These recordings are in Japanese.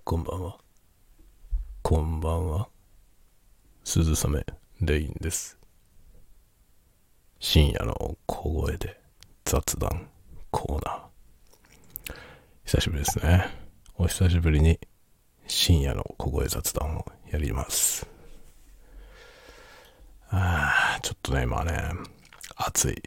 こんばんは。こんばんは。鈴雨レインです。深夜の小声で雑談コーナー。久しぶりですね。お久しぶりに深夜の小声雑談をやります。ちょっとね、今ね、暑い。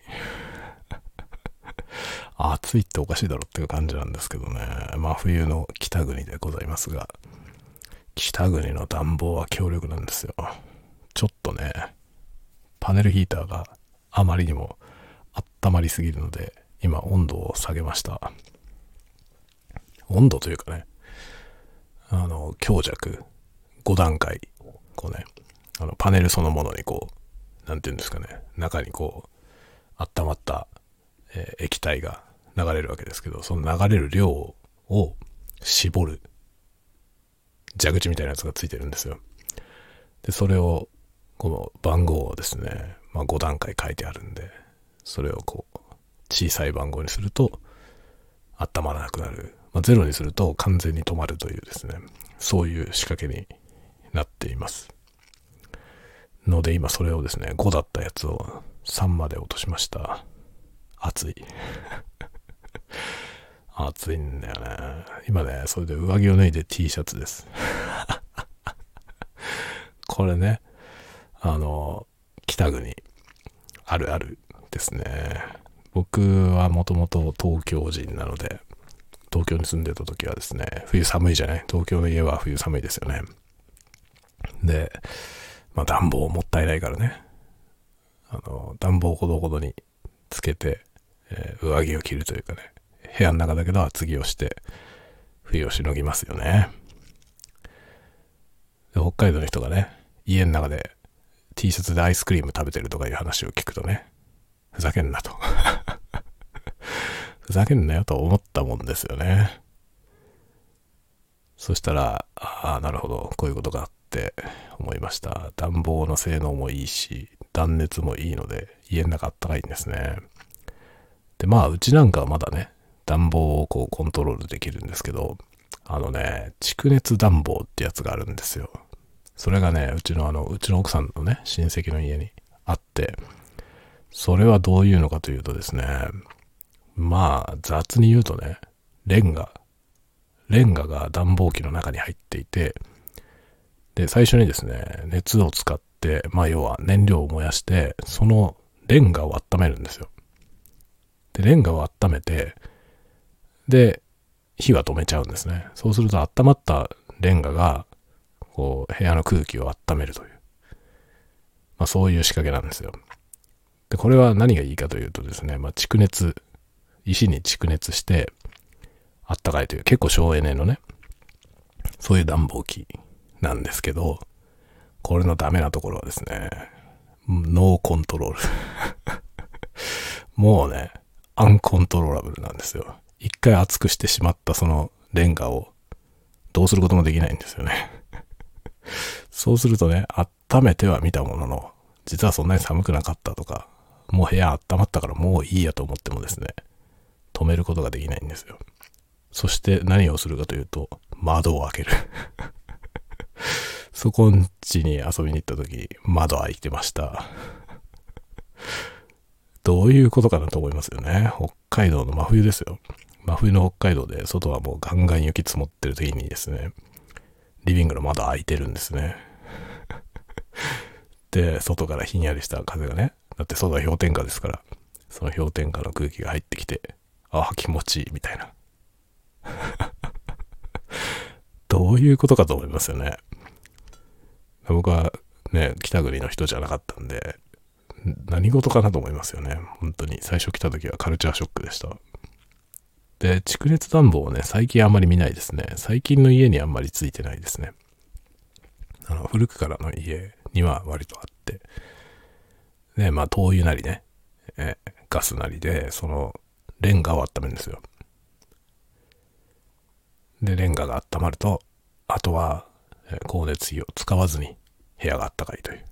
暑いっておかしいだろっていう感じなんですけどね。真冬の北国でございますが、北国の暖房は強力なんですよ。ちょっとね、パネルヒーターがあまりにも温まりすぎるので、今温度を下げました。温度というかね、強弱5段階、こうね、パネルそのものにこう、なんていうんですかね、中にこう、温まった、液体が流れるわけですけど、その流れる量を絞る蛇口みたいなやつがついてるんですよ。で、それを、この番号をですね、5段階書いてあるんで、それをこう、小さい番号にすると、温まらなくなる。0にすると完全に止まるというですね、そういう仕掛けになっています。ので今それをですね、5だったやつを3まで落としました。暑い。暑いんだよね。今ね、それで上着を脱いで T シャツです。これね、北国あるあるですね。僕はもともと東京人なので、東京に住んでた時はですね、冬寒いじゃない？東京の家は冬寒いですよね。で、暖房もったいないからね、暖房ほどほどにつけて、上着を着るというかね、部屋の中だけど厚着をして冬をしのぎますよね。で、北海道の人がね、家の中で T シャツでアイスクリーム食べてるとかいう話を聞くとね、ふざけんなとふざけんなよと思ったもんですよね。そしたら、なるほど、こういうことがあって思いました。暖房の性能もいいし、断熱もいいので、家の中あったかいんですね。で、うちなんかはまだね、暖房をこうコントロールできるんですけど、蓄熱暖房ってやつがあるんですよ。それがね、うちの奥さんのね、親戚の家にあって、それはどういうのかというとですね、雑に言うとね、レンガが暖房機の中に入っていて、で、最初にですね、熱を使って、要は燃料を燃やして、そのレンガを温めるんですよ。で、レンガを温めて、で、火は止めちゃうんですね。そうすると温まったレンガが、こう、部屋の空気を温めるという。そういう仕掛けなんですよ。で、これは何がいいかというとですね、石に蓄熱して、あったかいという、結構省エネのね、そういう暖房機なんですけど、これのダメなところはですね、ノーコントロール。もうね、アンコントローラブルなんですよ。一回熱くしてしまったそのレンガをどうすることもできないんですよね。そうするとね、温めてはみたものの、実はそんなに寒くなかったとか、もう部屋温まったからもういいやと思ってもですね、止めることができないんですよ。そして何をするかというと、窓を開ける。そこん家に遊びに行った時、窓開いてました。どういうことかなと思いますよね。北海道の真冬ですよ。真冬の北海道で外はもうガンガン雪積もってる時にですね、リビングの窓開いてるんですね。で、外からひんやりした風がね、だって外は氷点下ですから、その氷点下の空気が入ってきて、気持ちいいみたいな。どういうことかと思いますよね。僕はね、北国の人じゃなかったんで、何事かなと思いますよね。本当に。最初来た時はカルチャーショックでした。で、蓄熱暖房をね、最近あんまり見ないですね。最近の家にあんまりついてないですね。古くからの家には割とあって。で、灯油なりね、ガスなりで、その、レンガを温めるんですよ。で、レンガが温まると、あとは、光熱費を使わずに部屋が暖かいという。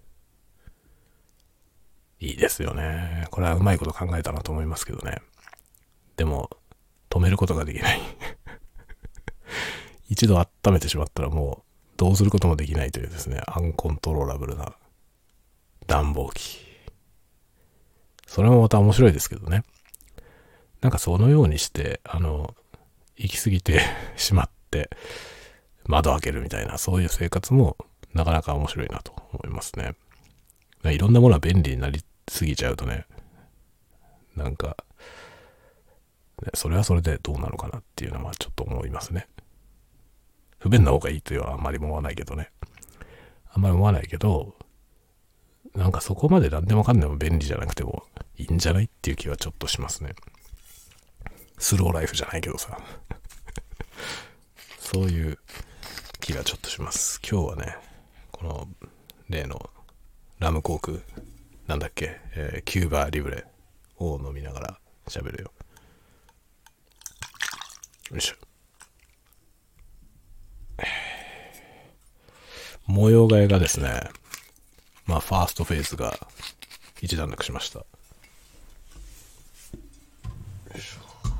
いいですよね。これはうまいこと考えたなと思いますけどね。でも、止めることができない。 一度温めてしまったらもうどうすることもできないというですね、アンコントローラブルな暖房機。それもまた面白いですけどね。なんかそのようにして、行き過ぎてしまって、窓開けるみたいな、そういう生活もなかなか面白いなと思いますね。いろんなものは便利になりすぎちゃうとね、なんか、それはそれでどうなのかなっていうのはちょっと思いますね。不便な方がいいというのはあんまり思わないけどね。あんまり思わないけど、なんかそこまで何でもかんでも便利じゃなくてもいいんじゃないっていう気はちょっとしますね。スローライフじゃないけどさ。そういう気がちょっとします。今日はね、この例のラムコーク、なんだっけ、キューバリブレを飲みながら喋るよ。よいしょ。模様替えがですね、まあファーストフェーズが一段落しました。よいしょ。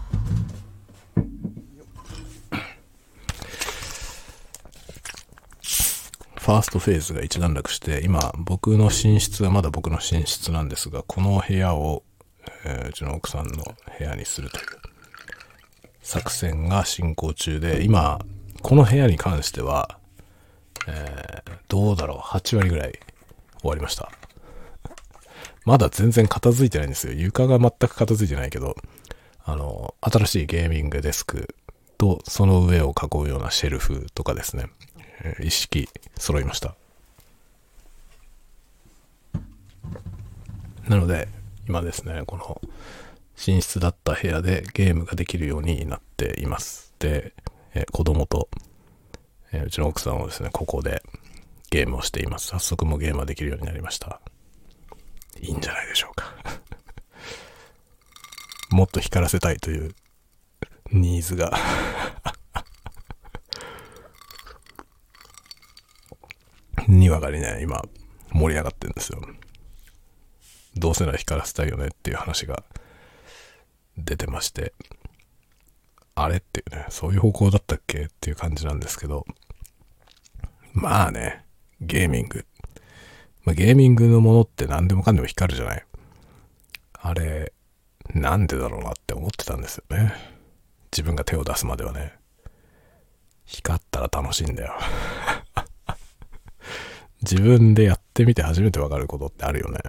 ファーストフェーズが一段落して、今僕の寝室はまだ僕の寝室なんですが、この部屋を、うちの奥さんの部屋にするという作戦が進行中で、今この部屋に関しては、どうだろう、8割ぐらい終わりました。まだ全然片付いてないんですよ。床が全く片付いてないけど、新しいゲーミングデスクとその上を囲うようなシェルフとかですね、一式揃いました。なので今ですね、この寝室だった部屋でゲームができるようになっています。で、子供と、うちの奥さんをですね、ここでゲームをしています。早速もうゲームができるようになりました。いいんじゃないでしょうか。もっと光らせたいというニーズがにわかにね、今盛り上がってるんですよ。どうせなら光らせたいよねっていう話が出てまして、あれっていうね、そういう方向だったっけっていう感じなんですけど、まあね、ゲーミング、ゲーミングのものって何でもかんでも光るじゃない。あれなんでだろうなって思ってたんですよね。自分が手を出すまではね。光ったら楽しいんだよ。自分でやってみて初めてわかることってあるよね。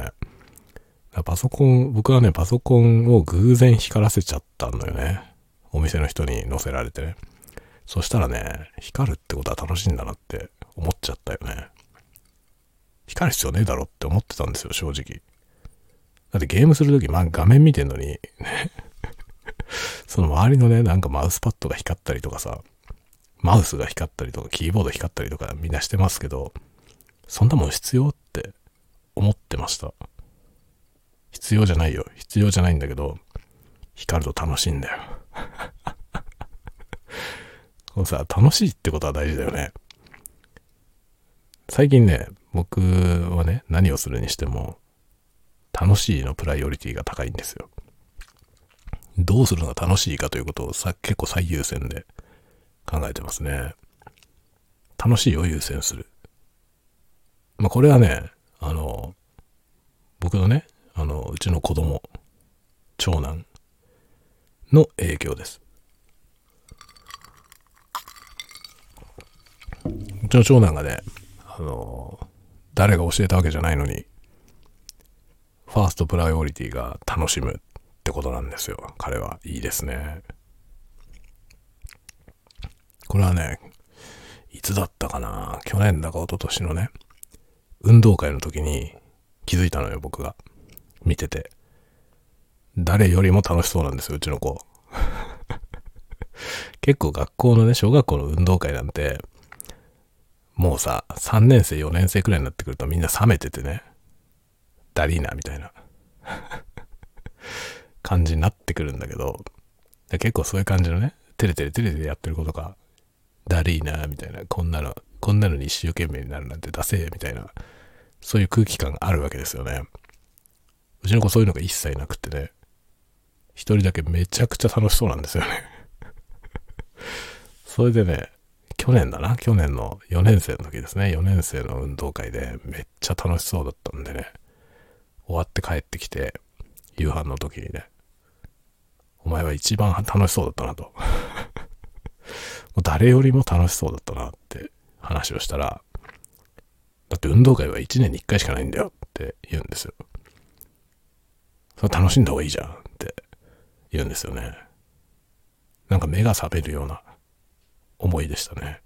僕はね、パソコンを偶然光らせちゃったのよね。お店の人に乗せられてね。そしたらね、光るってことは楽しいんだなって思っちゃったよね。光る必要ねえだろって思ってたんですよ、正直。だってゲームするとき、画面見てんのに、その周りのね、なんかマウスパッドが光ったりとかさ、マウスが光ったりとか、キーボード光ったりとかみんなしてますけど、そんなもん必要って思ってました。必要じゃないよ。必要じゃないんだけど、光ると楽しいんだよ。このさ、楽しいってことは大事だよね。最近ね、僕はね、何をするにしても、楽しいのプライオリティが高いんですよ。どうするのが楽しいかということを結構最優先で考えてますね。楽しいを優先する。これはね、僕のね、うちの子供、長男の影響です。うちの長男がね、誰が教えたわけじゃないのに、ファーストプライオリティが楽しむってことなんですよ。彼はいいですね。これはね、いつだったかな、去年だか一昨年のね、運動会の時に気づいたのよ、僕が。見てて。誰よりも楽しそうなんですよ、うちの子。結構学校のね、小学校の運動会なんて、もうさ、3年生、4年生くらいになってくるとみんな冷めててね、だりーな、みたいな感じになってくるんだけど、結構そういう感じのね、テレテレやってる子とか、だりーな、みたいな、こんなのに一生懸命になるなんてダセー、みたいな、そういう空気感があるわけですよね。うちの子そういうのが一切なくってね、一人だけめちゃくちゃ楽しそうなんですよね。それでね、 去年の4年生の時ですね。4年生の運動会でめっちゃ楽しそうだったんでね。終わって帰ってきて、夕飯の時にね、お前は一番楽しそうだったなと。もう誰よりも楽しそうだったなって話をしたら、だって運動会は1年に1回しかないんだよって言うんですよ。それ楽しんだ方がいいじゃんって言うんですよね。なんか目が覚めるような思いでしたね。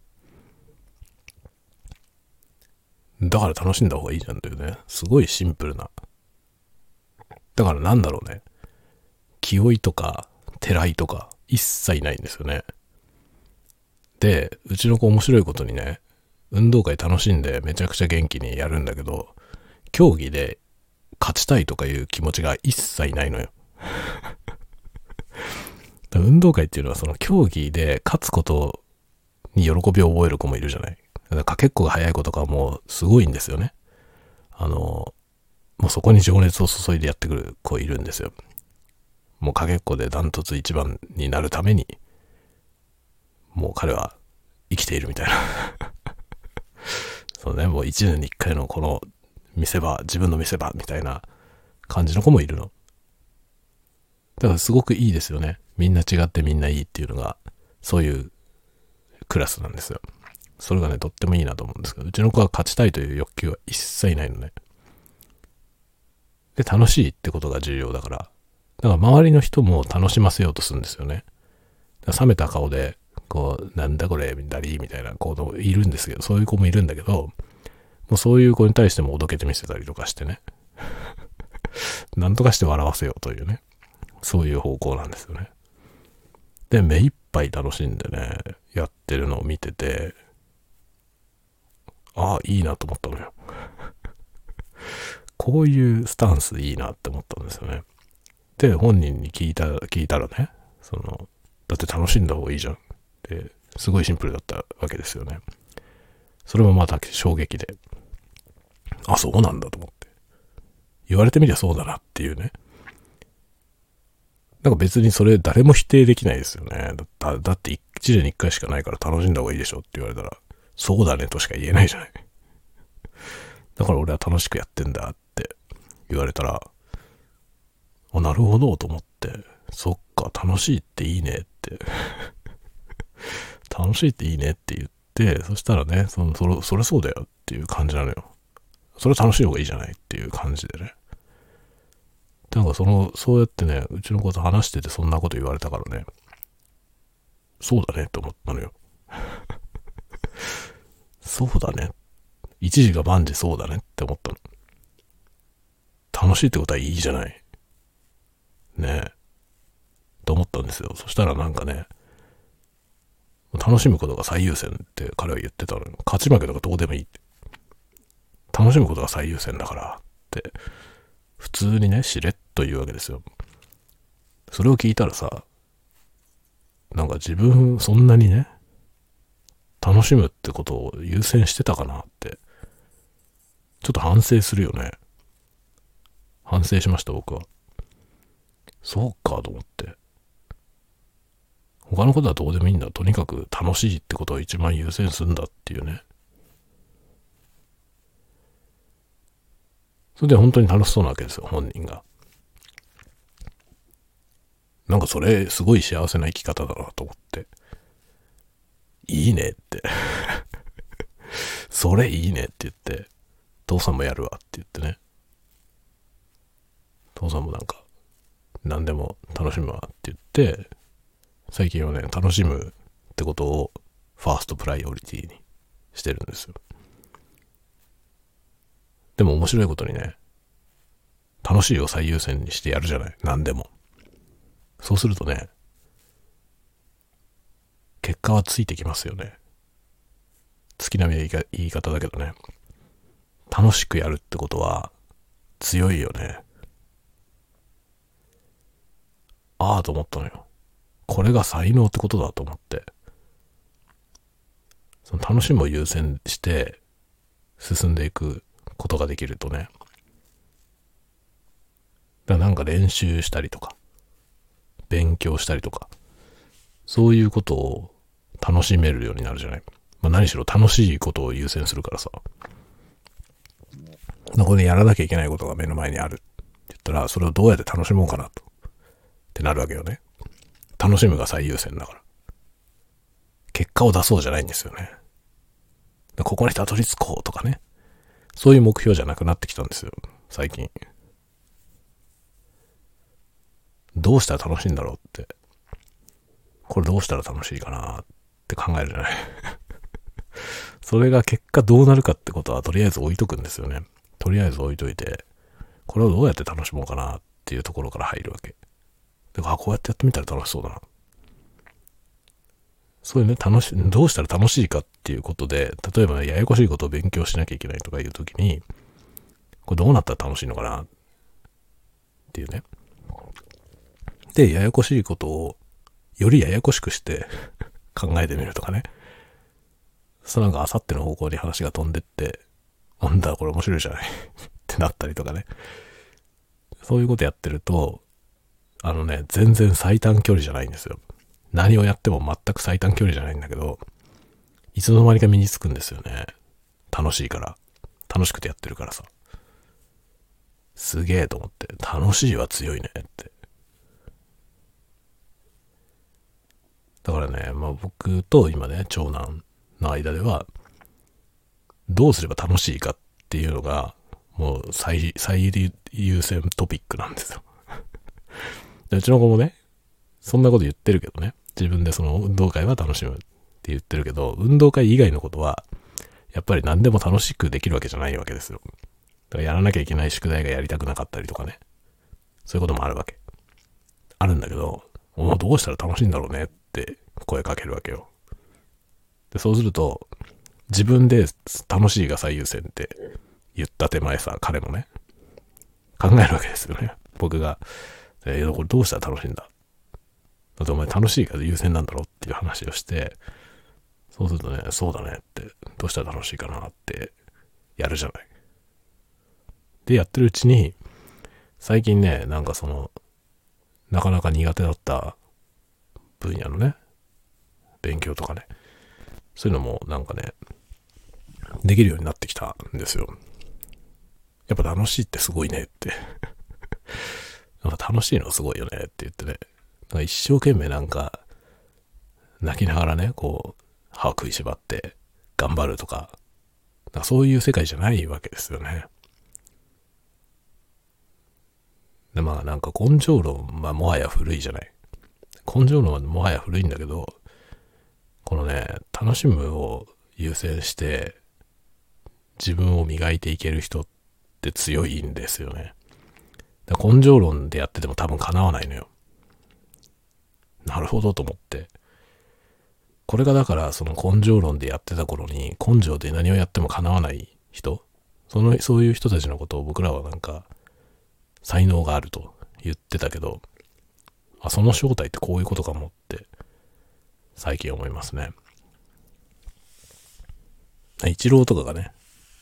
だから楽しんだ方がいいじゃんというね、すごいシンプルな。だからなんだろうね、気負いとかてらいとか一切ないんですよね。で、うちの子面白いことにね、運動会楽しんでめちゃくちゃ元気にやるんだけど、競技で勝ちたいとかいう気持ちが一切ないのよ。運動会っていうのはその競技で勝つことに喜びを覚える子もいるじゃない。だからかけっこが早い子とかもうすごいんですよね。もうそこに情熱を注いでやってくる子いるんですよ。もうかけっこでダントツ一番になるために、もう彼は生きているみたいな。そうね、もう一年に一回のこの見せ場、自分の見せ場みたいな感じの子もいるの。だからすごくいいですよね。みんな違ってみんないいっていうのが、そういうクラスなんですよ。それがね、とってもいいなと思うんですけど、うちの子は勝ちたいという欲求は一切ないのね。で、楽しいってことが重要だから、だから周りの人も楽しませようとするんですよね。だから冷めた顔で、こう、なんだこれ、みたいな子もいるんですけど、そういう子もいるんだけど、もうそういう子に対してもおどけてみせたりとかしてね。なんとかして笑わせようというね。そういう方向なんですよね。で、目いっぱい楽しんでね、やってるのを見てて、ああ、いいなと思ったのよ。こういうスタンスいいなって思ったんですよね。で、本人に聞いたらね、だって楽しんだ方がいいじゃんって、すごいシンプルだったわけですよね。それもまた衝撃で、あ、そうなんだと思って。言われてみりゃそうだなっていうね。なんか別にそれ誰も否定できないですよね。だって1年に1回しかないから楽しんだ方がいいでしょって言われたら、そうだねとしか言えないじゃない。だから俺は楽しくやってんだって言われたら、あ、なるほどと思って、そっか、楽しいっていいねって。楽しいっていいねって言って、そしたらね、それそうだよっていう感じなのよ。それ楽しい方がいいじゃないっていう感じでね。なんかそうやってね、うちの子と話しててそんなこと言われたからね、そうだねって思ったのよ。そうだね。一時が万事そうだねって思ったの。楽しいってことはいいじゃない。ねえ。と思ったんですよ。そしたらなんかね、楽しむことが最優先って彼は言ってたのよ。勝ち負けとかどうでもいいって。楽しむことが最優先だからって、普通にね、しれっと言うわけですよ。それを聞いたらさ、なんか自分そんなにね、楽しむってことを優先してたかなって、ちょっと反省するよね。反省しました、僕は。そうかと思って。他のことはどうでもいいんだ。とにかく楽しいってことを一番優先するんだっていうね。それで本当に楽しそうなわけですよ、本人が。なんかそれすごい幸せな生き方だなと思って。いいねって。それいいねって言って、父さんもやるわって言ってね。父さんもなんか、何でも楽しむわって言って、最近はね、楽しむってことをファーストプライオリティにしてるんですよ。でも面白いことにね、楽しいを最優先にしてやるじゃない。何でも。そうするとね、結果はついてきますよね。月並みな言い方だけどね。楽しくやるってことは強いよね。ああと思ったのよ。これが才能ってことだと思って。その楽しむを優先して進んでいくことができるとね。だからなんか練習したりとか、勉強したりとか、そういうことを楽しめるようになるじゃない。 まあ何しろ楽しいことを優先するからさ。ここでやらなきゃいけないことが目の前にあるって言ったら、それをどうやって楽しもうかなと。ってなるわけよね。楽しむが最優先だから。結果を出そうじゃないんですよね。ここにたどり着こうとかね。そういう目標じゃなくなってきたんですよ。最近。どうしたら楽しいんだろうって。これどうしたら楽しいかなって考えるじゃない。それが結果どうなるかってことはとりあえず置いとくんですよね。とりあえず置いといて、これをどうやって楽しもうかなっていうところから入るわけ。で、こうやってやってみたら楽しそうだな。そういうね、どうしたら楽しいかっていうことで、例えばややこしいことを勉強しなきゃいけないとかいうときに、これどうなったら楽しいのかなっていうね。で、ややこしいことをよりややこしくして考えてみるとかね。そうなんかあさっての方向に話が飛んでって、なんだこれ面白いじゃないってなったりとかね。そういうことやってると、全然最短距離じゃないんですよ。何をやっても全く最短距離じゃないんだけど、いつの間にか身につくんですよね。楽しいから。楽しくてやってるからさ。すげえと思って、楽しいは強いねって。だからね、まあ僕と今ね、長男の間では、どうすれば楽しいかっていうのが、もう最優先トピックなんですよ。うちの子もね、そんなこと言ってるけどね、自分でその運動会は楽しむって言ってるけど、運動会以外のことは、やっぱり何でも楽しくできるわけじゃないわけですよ。だからやらなきゃいけない宿題がやりたくなかったりとかね。そういうこともあるわけ。あるんだけど、もうどうしたら楽しいんだろうねって声かけるわけよ。で、そうすると、自分で楽しいが最優先って言った手前さ、彼もね、考えるわけですよね。僕が、これどうしたら楽しいんだ。だってお前楽しいが優先なんだろっていう話をして、そうするとね、そうだねって、どうしたら楽しいかなってやるじゃない。で、やってるうちに、最近ね、なんかなかなか苦手だった分野のね、勉強とかね、そういうのもなんかね、できるようになってきたんですよ。やっぱ楽しいってすごいねって。なんか楽しいのすごいよねって言ってね。なんか一生懸命なんか、泣きながらね、こう、歯食いしばって頑張るとか、なんかそういう世界じゃないわけですよね。で、まあなんか根性論、まあもはや古いじゃない。根性論はもはや古いんだけど、このね、楽しむを優先して自分を磨いていける人って強いんですよね。だから根性論でやってても多分叶わないのよ。なるほどと思って。これがだからその根性論でやってた頃に根性で何をやっても叶わない人、そういう人たちのことを僕らはなんか才能があると言ってたけど、あ、その正体ってこういうことかもって最近思いますね。イチローとかがね、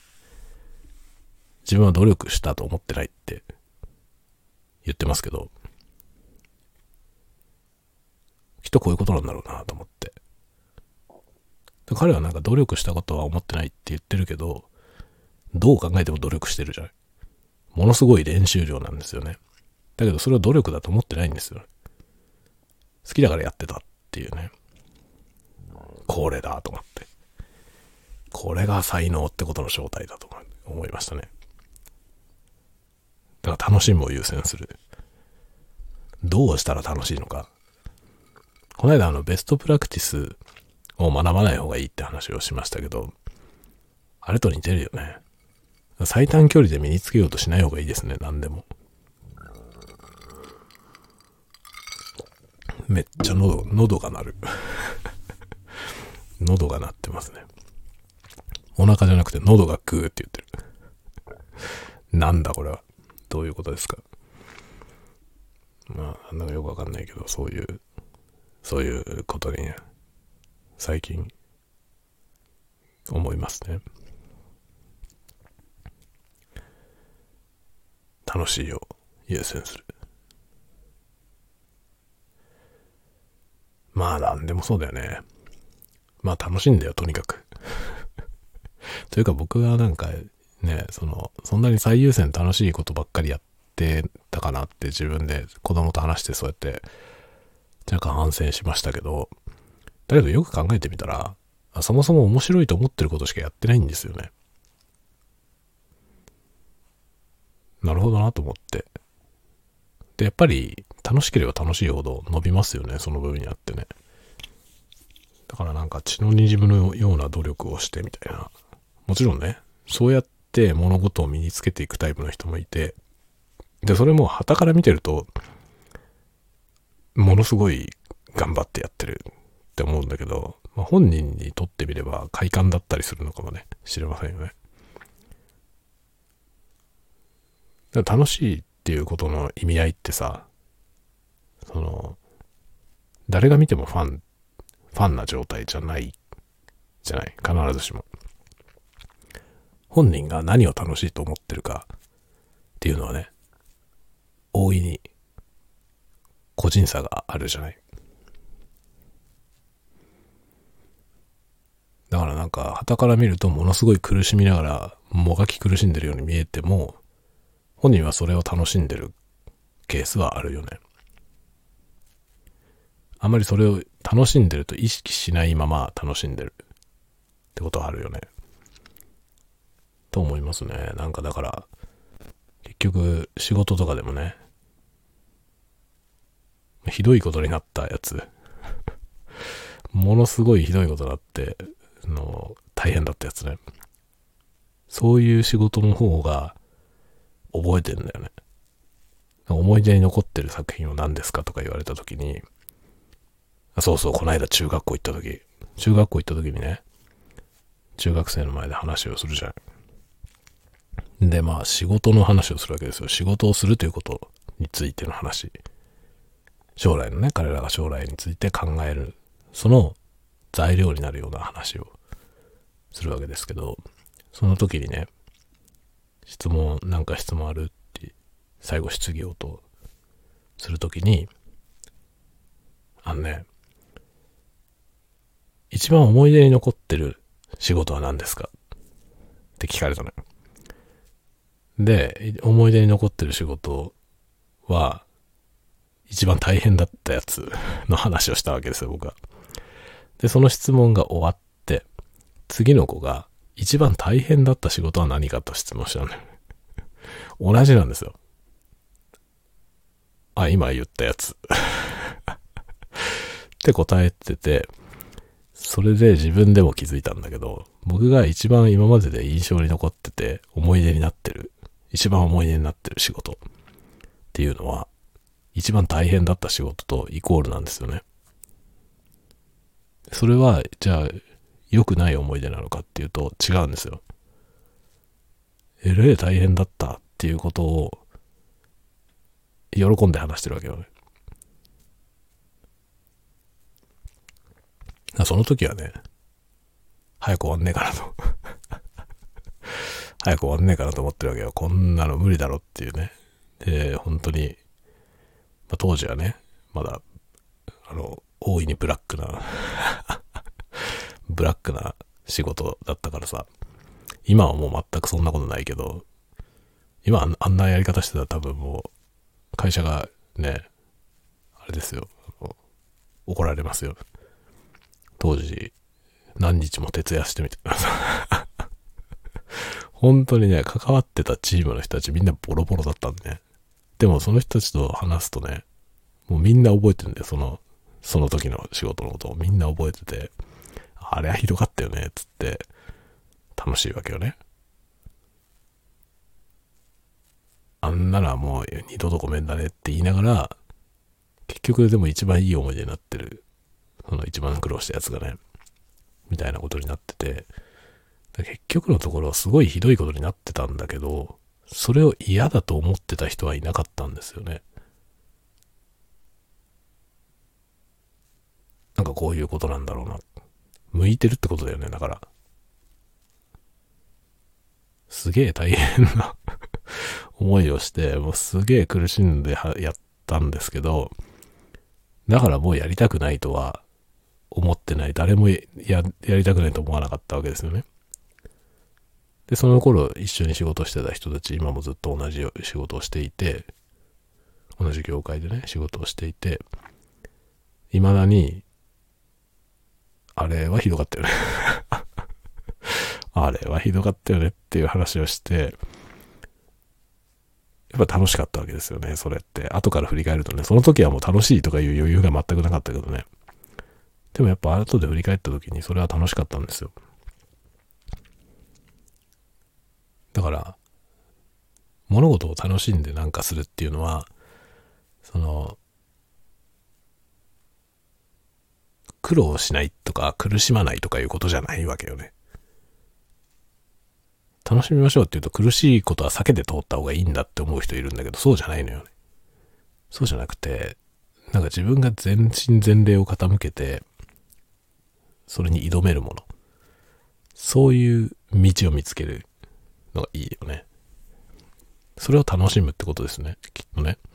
自分は努力したと思ってないって言ってますけど、きっとこういうことなんだろうなと思って。彼はなんか努力したことは思ってないって言ってるけど、どう考えても努力してるじゃない。ものすごい練習量なんですよね。だけどそれを努力だと思ってないんですよ。好きだからやってたっていうね。これだと思って。これが才能ってことの正体だと思いましたね。だから楽しむを優先する。どうしたら楽しいのか。この間ベストプラクティスを学ばない方がいいって話をしましたけど、あれと似てるよね。最短距離で身につけようとしない方がいいですね、何でも。めっちゃ喉が鳴る。喉が鳴ってますね。お腹じゃなくて喉がグーって言ってる。なんだこれは。どういうことですか。まあ、なんかよくわかんないけど、そういうことに、ね、最近、思いますね。楽しいを優先する。まあなんでもそうだよね。まあ楽しいんだよ、とにかく。 というか僕はなんかね、そんなに最優先楽しいことばっかりやってたかなって自分で子供と話してそうやって若干反省しましたけど、だけどよく考えてみたら、そもそも面白いと思ってることしかやってないんですよね。なるほどなと思って。で、やっぱり楽しければ楽しいほど伸びますよね、その部分にあってね。だからなんか血の滲むのような努力をしてみたいな。もちろんね、そうやって物事を身につけていくタイプの人もいて、で、それも傍から見てると、ものすごい頑張ってやってるって思うんだけど、本人にとってみれば快感だったりするのかもね、知れませんよね。だから楽しいっていうことの意味合いってさ、誰が見てもファンな状態じゃないじゃない、必ずしも。本人が何を楽しいと思ってるかっていうのはね、大いに個人差があるじゃない。だからなんか傍から見るとものすごい苦しみながらもがき苦しんでるように見えても、本人はそれを楽しんでるケースはあるよね。あまりそれを楽しんでると意識しないまま楽しんでるってことはあるよね。と思いますね。なんかだから結局仕事とかでもね、ひどいことになったやつものすごいひどいことになって大変だったやつね。そういう仕事の方が覚えてるんだよね。思い出に残ってる作品は何ですかとか言われた時に、そうそう、この間中学校行った時にね、中学生の前で話をするじゃん。で、まあ仕事の話をするわけですよ。仕事をするということについての話。将来のね、彼らが将来について考える、その材料になるような話をするわけですけど、その時にね、なんか質問あるって最後質疑応答する時に、一番思い出に残ってる仕事は何ですかって聞かれたのよ。で、思い出に残ってる仕事は一番大変だったやつの話をしたわけですよ、僕は。で、その質問が終わって、次の子が一番大変だった仕事は何かと質問したのよ。同じなんですよ。今言ったやつ。って答えてて、それで自分でも気づいたんだけど、僕が一番今までで印象に残ってて一番思い出になってる仕事っていうのは、一番大変だった仕事とイコールなんですよね。それは、じゃあ、良くない思い出なのかっていうと違うんですよ。大変だったっていうことを喜んで話してるわけよね。その時はね、早く終わんねえかなと早く終わんねえかなと思ってるわけよ。こんなの無理だろっていうね。で、本当に、当時はね、まだ大いにブラックな仕事だったからさ、今はもう全くそんなことないけど、今あんなやり方してたら多分もう会社がね、あれですよ、怒られますよ。当時何日も徹夜してみたいなさ本当にね、関わってたチームの人たちみんなボロボロだったんでね。でもその人たちと話すとね、もうみんな覚えてるんだよ。その時の仕事のことをみんな覚えてて、あれはひどかったよね、つって楽しいわけよね。あんなのはもう二度とごめんだねって言いながら、結局でも一番いい思い出になってる、その一番苦労したやつがね、みたいなことになってて、結局のところすごいひどいことになってたんだけど、それを嫌だと思ってた人はいなかったんですよね。なんかこういうことなんだろうな。向いてるってことだよね。だからすげえ大変な思いをして、もうすげえ苦しんでやったんですけど、だからもうやりたくないとは思ってない。誰もやりたくないと思わなかったわけですよね。 で、その頃一緒に仕事してた人たち、今もずっと同じ仕事をしていて、同じ業界でね、仕事をしていて、未だに、あれはひどかったよね。あれはひどかったよねっていう話をして、やっぱ楽しかったわけですよね、それって。後から振り返るとね、その時はもう楽しいとかいう余裕が全くなかったけどね。でもやっぱ後で振り返った時にそれは楽しかったんですよ。だから、物事を楽しんでなんかするっていうのは、苦労しないとか苦しまないとかいうことじゃないわけよね。楽しみましょうって言うと苦しいことは避けて通った方がいいんだって思う人いるんだけど、そうじゃないのよね。そうじゃなくて、なんか自分が全身全霊を傾けて、それに挑めるもの。そういう道を見つけるのがいいよね。それを楽しむってことですね。きっとね。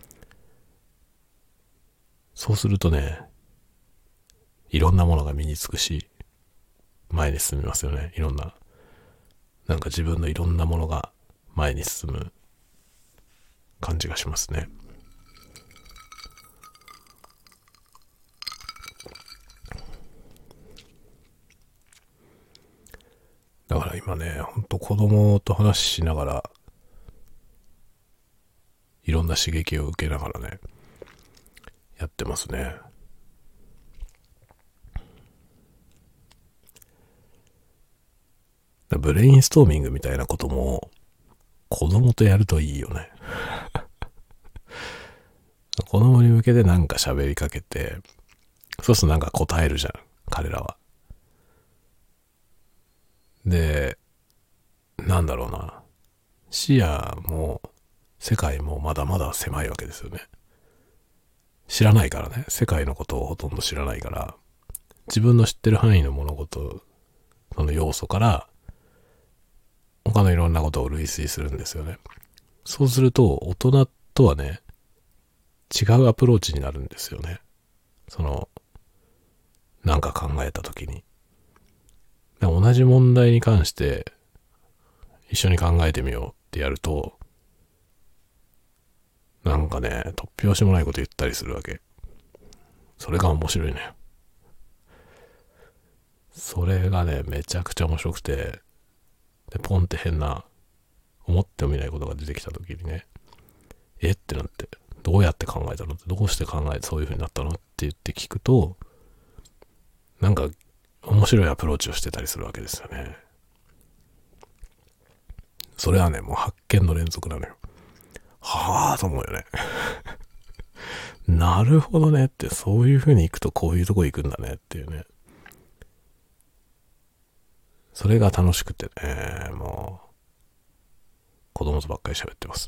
そうするとね、いろんなものが身につくし、前に進みますよね。いろんな、なんか自分のいろんなものが前に進む感じがしますね。だから今ね、ほんと子供と話しながら、いろんな刺激を受けながらね、やってますね。ブレインストーミングみたいなことも子供とやるといいよね。子供に向けてなんか喋りかけて、そうするとなんか答えるじゃん、彼らは。で、なんだろうな。視野も世界もまだまだ狭いわけですよね。知らないからね。世界のことをほとんど知らないから、自分の知ってる範囲の物事、その要素から、他のいろんなことを類推するんですよね。そうすると、大人とはね、違うアプローチになるんですよね。なんか考えたときに。同じ問題に関して、一緒に考えてみようってやると、なんかね、突拍子もないこと言ったりするわけ。それが面白いね。それがね、めちゃくちゃ面白くて、で、ポンって変な、思ってもみないことが出てきたときにね、ってなって、どうやって考えたのって、どうして考えてそういう風になったのって言って聞くと、なんか、面白いアプローチをしてたりするわけですよね。それはね、もう発見の連続なのよ。はぁと思うよね。なるほどねって、そういう風に行くとこういうとこ行くんだねっていうね。それが楽しくてね、もう、子供とばっかり喋ってます。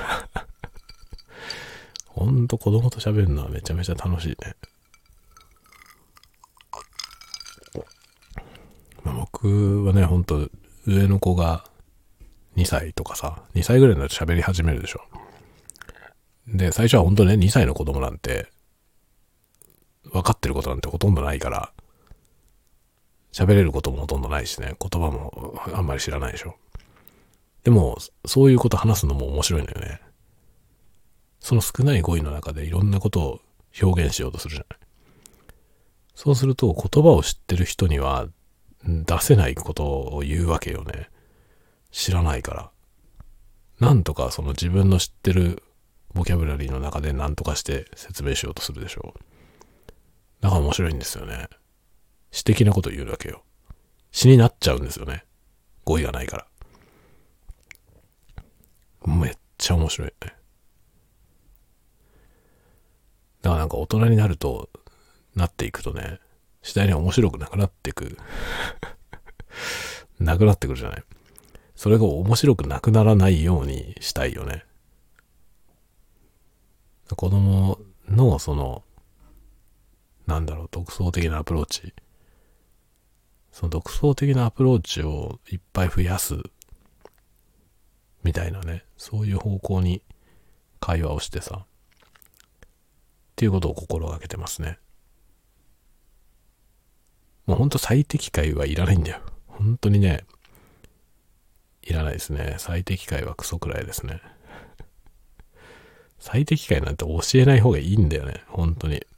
ほんと子供と喋るのはめちゃめちゃ楽しいね。僕はね、ほんと上の子が2歳とかさ、2歳ぐらいになると喋り始めるでしょ。で、最初はほんとね、2歳の子供なんて、分かってることなんてほとんどないから、喋れることもほとんどないしね、言葉もあんまり知らないでしょ。でも、そういうこと話すのも面白いのよね。その少ない語彙の中でいろんなことを表現しようとするじゃない。そうすると言葉を知ってる人には出せないことを言うわけよね。知らないから。なんとかその自分の知ってるボキャブラリーの中で何とかして説明しようとするでしょう。だから面白いんですよね。詩的なことを言うわけよ。詩になっちゃうんですよね。語彙がないから。めっちゃ面白いね。だからなんか大人になると、なっていくとね、次第に面白くなくなっていく。なくなってくるじゃない。それが面白くなくならないようにしたいよね。子供の独創的なアプローチ。その独創的なアプローチをいっぱい増やす。みたいなね。そういう方向に会話をしてさ。っていうことを心がけてますね。もうほんと最適解はいらないんだよ。本当にね、 いらないですね。最適解はクソくらいですね。最適解なんて教えない方がいいんだよね。本当に。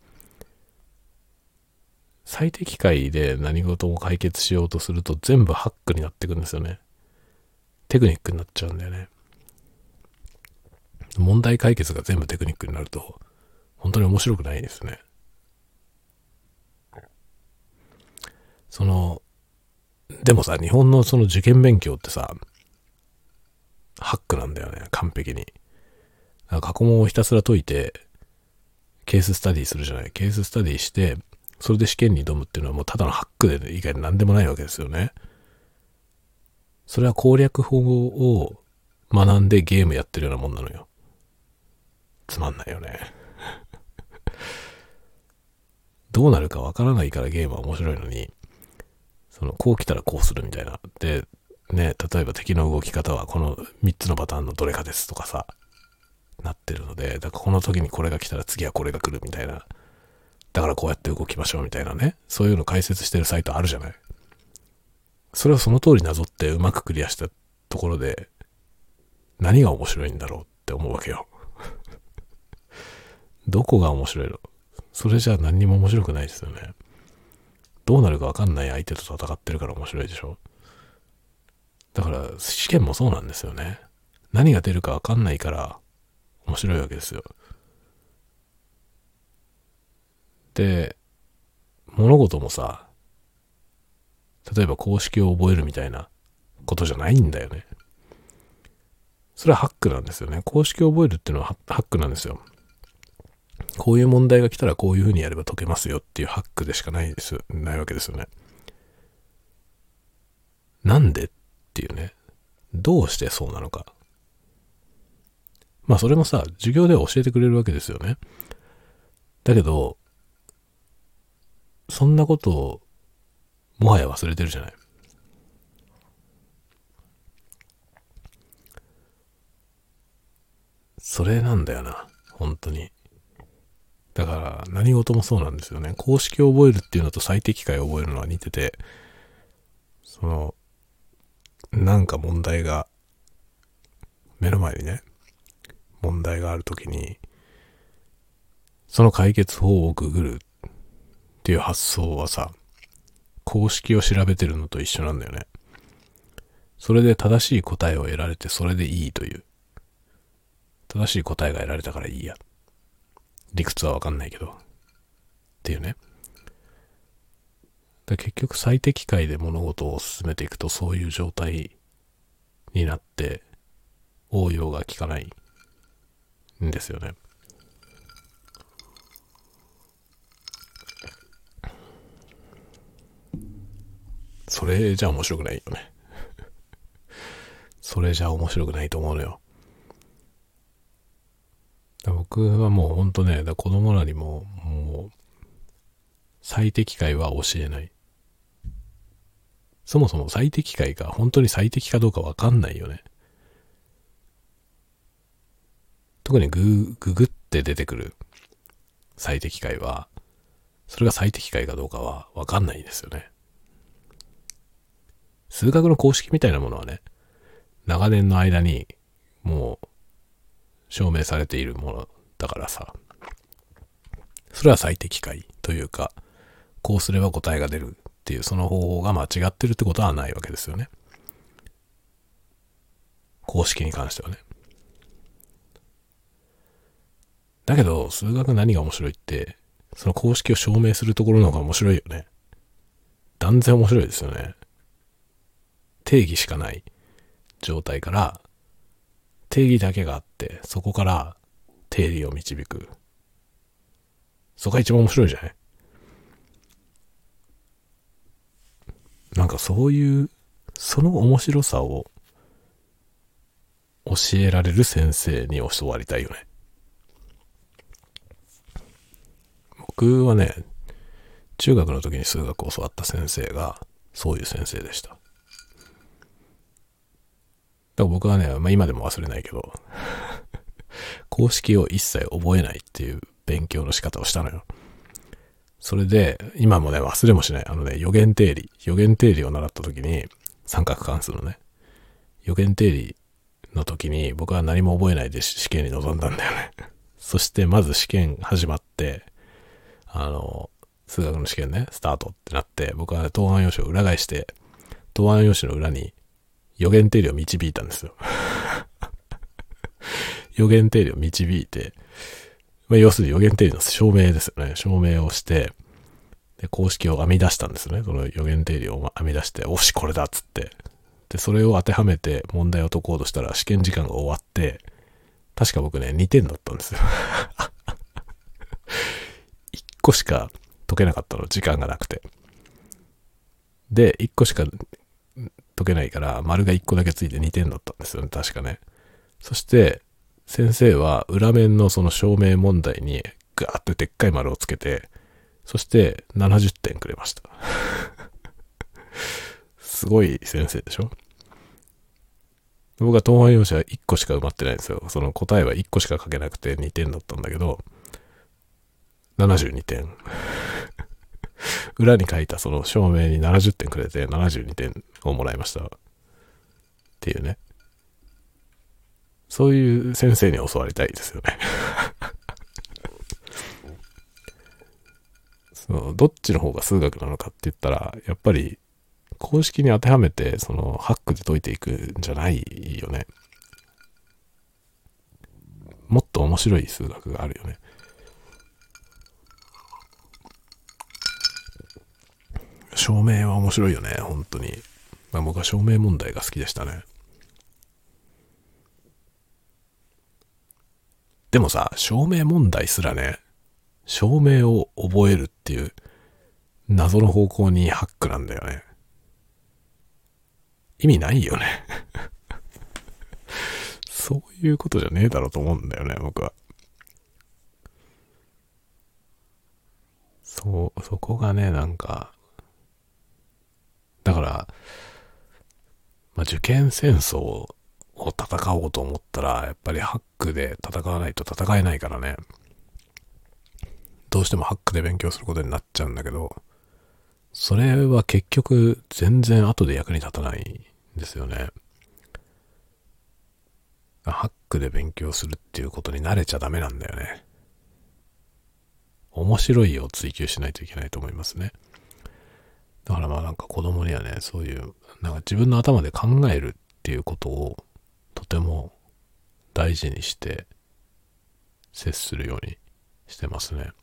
最適解で何事も解決しようとすると全部ハックになってくんですよね。テクニックになっちゃうんだよね。問題解決が全部テクニックになると本当に面白くないですね。でもさ、日本のその受験勉強ってさ、ハックなんだよね、完璧に。過去問をひたすら解いて、ケーススタディするじゃない。ケーススタディして、それで試験に挑むっていうのはもうただのハックで以外何でもないわけですよね。それは攻略法を学んでゲームやってるようなもんなのよ。つまんないよね。どうなるかわからないからゲームは面白いのに、こう来たらこうするみたいな。で、ね、例えば敵の動き方はこの3つのパターンのどれかですとかさ、なってるので、だからこの時にこれが来たら次はこれが来るみたいな。だからこうやって動きましょうみたいなね。そういうの解説してるサイトあるじゃない。それをその通りなぞってうまくクリアしたところで、何が面白いんだろうって思うわけよ。どこが面白いの？それじゃあ何にも面白くないですよね。どうなるか分かんない相手と戦ってるから面白いでしょ。だから試験もそうなんですよね。何が出るか分かんないから面白いわけですよ。で、物事もさ、例えば公式を覚えるみたいなことじゃないんだよね。それはハックなんですよね。公式を覚えるっていうのはハックなんですよ。こういう問題が来たらこういう風にやれば解けますよっていうハックでしかないわけですよね。なんでっていうね。どうしてそうなのか。まあそれもさ、授業では教えてくれるわけですよね。だけど、そんなことをもはや忘れてるじゃない。それなんだよな。本当に。だから何事もそうなんですよね。公式を覚えるっていうのと最適解を覚えるのは似てて、なんか問題が、目の前にね、問題があるときに、その解決法をググるっていう発想はさ、公式を調べてるのと一緒なんだよね。それで正しい答えを得られてそれでいいという。正しい答えが得られたからいいや。理屈はわかんないけど。っていうね。結局最適解で物事を進めていくとそういう状態になって応用が効かないんですよね。それじゃ面白くないよね。それじゃ面白くないと思うのよ。僕はもうほんとね、子供らにももう最適解は教えない。そもそも最適解が本当に最適かどうかわかんないよね。特にググって出てくる最適解は、それが最適解かどうかはわかんないですよね。数学の公式みたいなものはね、長年の間にもう証明されているものだからさ、それは最適解というか、こうすれば答えが出るっていうその方法が間違ってるってことはないわけですよね。公式に関してはね。だけど数学何が面白いって、その公式を証明するところの方が面白いよね。断然面白いですよね。定義しかない状態から定義だけがあって、そこから定理を導く。そこが一番面白いじゃない。なんかそういうその面白さを教えられる先生に教わりたいよね。僕はね、中学の時に数学を教わった先生がそういう先生でした。だから僕はね、今でも忘れないけど公式を一切覚えないっていう勉強の仕方をしたのよ。それで今もね忘れもしない予言定理を習った時に、三角関数のね予言定理の時に僕は何も覚えないで試験に臨んだんだよね。そしてまず試験始まって、数学の試験ね、スタートってなって、僕は答案用紙を裏返して、答案用紙の裏に予言定理を導いたんですよ。予言定理を導いて、要するに予言定理の証明ですよね。証明をして、で公式を編み出したんですね。その予言定理を編み出して、おし、これだっつって。で、それを当てはめて問題を解こうとしたら試験時間が終わって、確か僕ね、2点だったんですよ。1個しか解けなかったの、時間がなくて。で、1個しか解けないから、丸が1個だけついて2点だったんですよね、確かね。そして、先生は裏面のその証明問題にガーってでっかい丸をつけて、そして70点くれました。すごい先生でしょ。僕は答案用紙は1個しか埋まってないんですよ。その答えは1個しか書けなくて2点だったんだけど、72点。裏に書いたその証明に70点くれて72点をもらいました。っていうね。そういう先生に教わりたいですよね。どっちの方が数学なのかって言ったら、やっぱり公式に当てはめて、そのハックで解いていくんじゃないよね。もっと面白い数学があるよね。証明は面白いよね、本当に。僕は証明問題が好きでしたね。でもさ、証明問題すらね、証明を覚えるっていう謎の方向にハックなんだよね。意味ないよね。そういうことじゃねえだろうと思うんだよね、僕は。そこがね、なんか、だから、受験戦争を戦おうと思ったら、やっぱりハックで戦わないと戦えないからね。どうしてもハックで勉強することになっちゃうんだけど、それは結局全然後で役に立たないんですよね。ハックで勉強するっていうことに慣れちゃダメなんだよね。面白いを追求しないといけないと思いますね。だからなんか子供にはね、そういう、なんか自分の頭で考えるっていうことをとても大事にして接するようにしてますね。